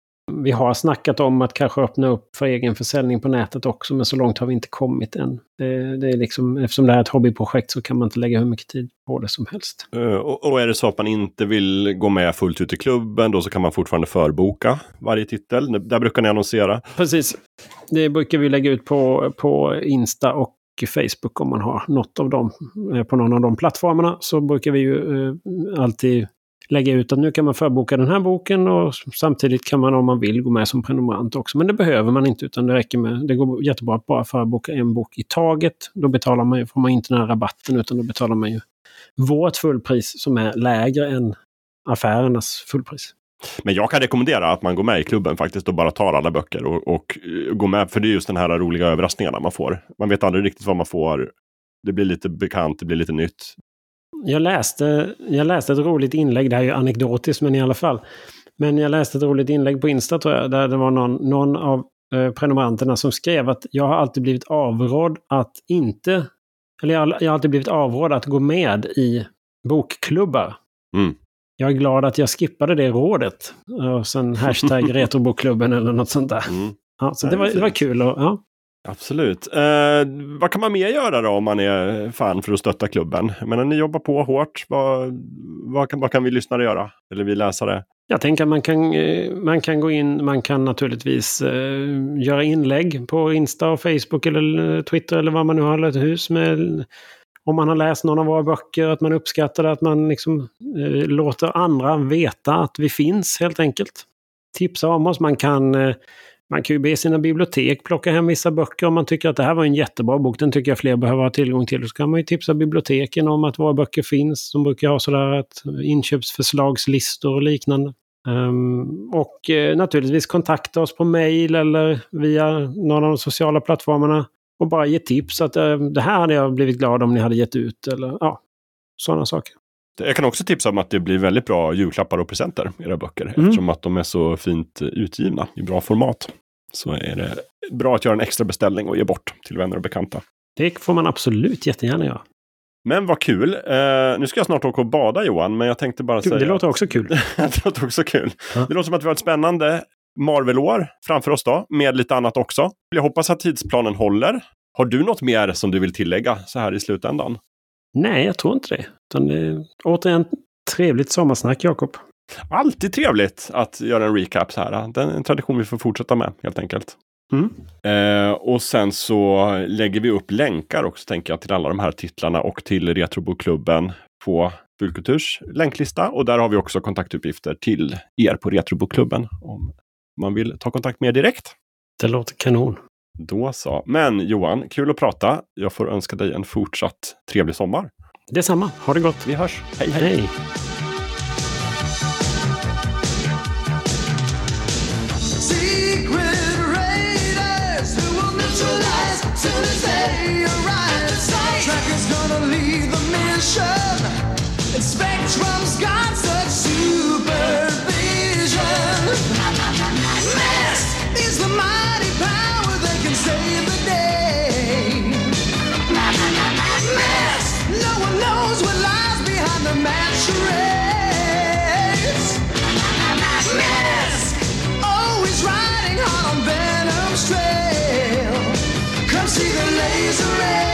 Vi har snackat om att kanske öppna upp för egen försäljning på nätet också, men så långt har vi inte kommit än. Det, det är liksom, eftersom det här är ett hobbyprojekt så kan man inte lägga hur mycket tid på det som helst. Uh, och, och är det så att man inte vill gå med fullt ut i klubben, då så kan man fortfarande förboka varje titel. Där brukar ni annonsera. Precis. Det brukar vi lägga ut på, på Insta och Facebook om man har något av dem på någon av de plattformarna, så brukar vi ju eh, alltid lägga ut att nu kan man förboka den här boken och samtidigt kan man om man vill gå med som prenumerant också. Men det behöver man inte, utan det räcker med, det går jättebra att bara förboka en bok i taget. Då betalar man ju, får man inte den här rabatten, utan då betalar man ju vårt fullpris som är lägre än affärernas fullpris. Men jag kan rekommendera att man går med i klubben faktiskt och bara tar alla böcker och, och går med, för det är just den här roliga överraskningarna man får. Man vet aldrig riktigt vad man får. Det blir lite bekant, det blir lite nytt. Jag läste, jag läste ett roligt inlägg, det här är ju anekdotiskt men i alla fall. Men jag läste ett roligt inlägg på Insta tror jag, där det var någon, någon av eh, prenumeranterna som skrev att jag har alltid blivit avrådd att inte, eller jag, jag har alltid blivit avrådd att gå med i bokklubbar. Mm. Jag är glad att jag skippade det rådet. Och sen hashtag retrobokklubben eller något sånt där. Mm. Ja, så det var, det var kul. Och, ja. Absolut. Eh, vad kan man mer göra då om man är fan för att stötta klubben? Men ni jobbar på hårt. Vad, vad, kan, vad kan vi lyssnare göra? Eller vi läsare? Jag tänker att man kan, man kan gå in, man kan naturligtvis eh, göra inlägg på Insta och Facebook eller Twitter eller vad man nu har ett hus med. Om man har läst någon av våra böcker, att man uppskattar det, att man liksom eh, låter andra veta att vi finns helt enkelt. Tipsa om oss. Man kan, eh, man kan ju be sina bibliotek plocka hem vissa böcker om man tycker att det här var en jättebra bok. Den tycker jag fler behöver ha tillgång till. Så kan man ju tipsa biblioteken om att våra böcker finns. De brukar ha sådär att inköpsförslagslistor och liknande. Um, och eh, naturligtvis kontakta oss på mejl eller via någon av de sociala plattformarna. Och bara ge tips att äh, det här hade jag blivit glad om ni hade gett ut. Eller ja, sådana saker. Jag kan också tipsa om att det blir väldigt bra julklappar och presenter i era böcker. Mm. Eftersom att de är så fint utgivna i bra format. Så är det bra att göra en extra beställning och ge bort till vänner och bekanta. Det får man absolut jättegärna göra. Men vad kul. Uh, nu ska jag snart åka och bada, Johan. Men jag tänkte bara kul, säga... Det låter också kul. det låter också kul. Ja. Det låter som att vi har ett spännande Marvel-år framför oss då. Med lite annat också. Jag hoppas att tidsplanen håller. Har du något mer som du vill tillägga så här i slutändan? Nej, jag tror inte det. Utan det är återigen trevligt sommarsnack, Jakob. Alltid trevligt att göra en recap så här. Det är en tradition vi får fortsätta med, helt enkelt. Mm. Eh, och sen så lägger vi upp länkar också, tänker jag, till alla de här titlarna och till Retrobokklubben på Fulkulturs länklista. Och där har vi också kontaktuppgifter till er på Retrobokklubben om man vill ta kontakt med direkt. Det låter kanon. Då så. Men Johan, kul att prata. Jag får önska dig en fortsatt trevlig sommar. Detsamma. Ha det gott. Vi hörs. Hej, hej. hej. Always riding hard on Venom's trail. Come see the laser ray.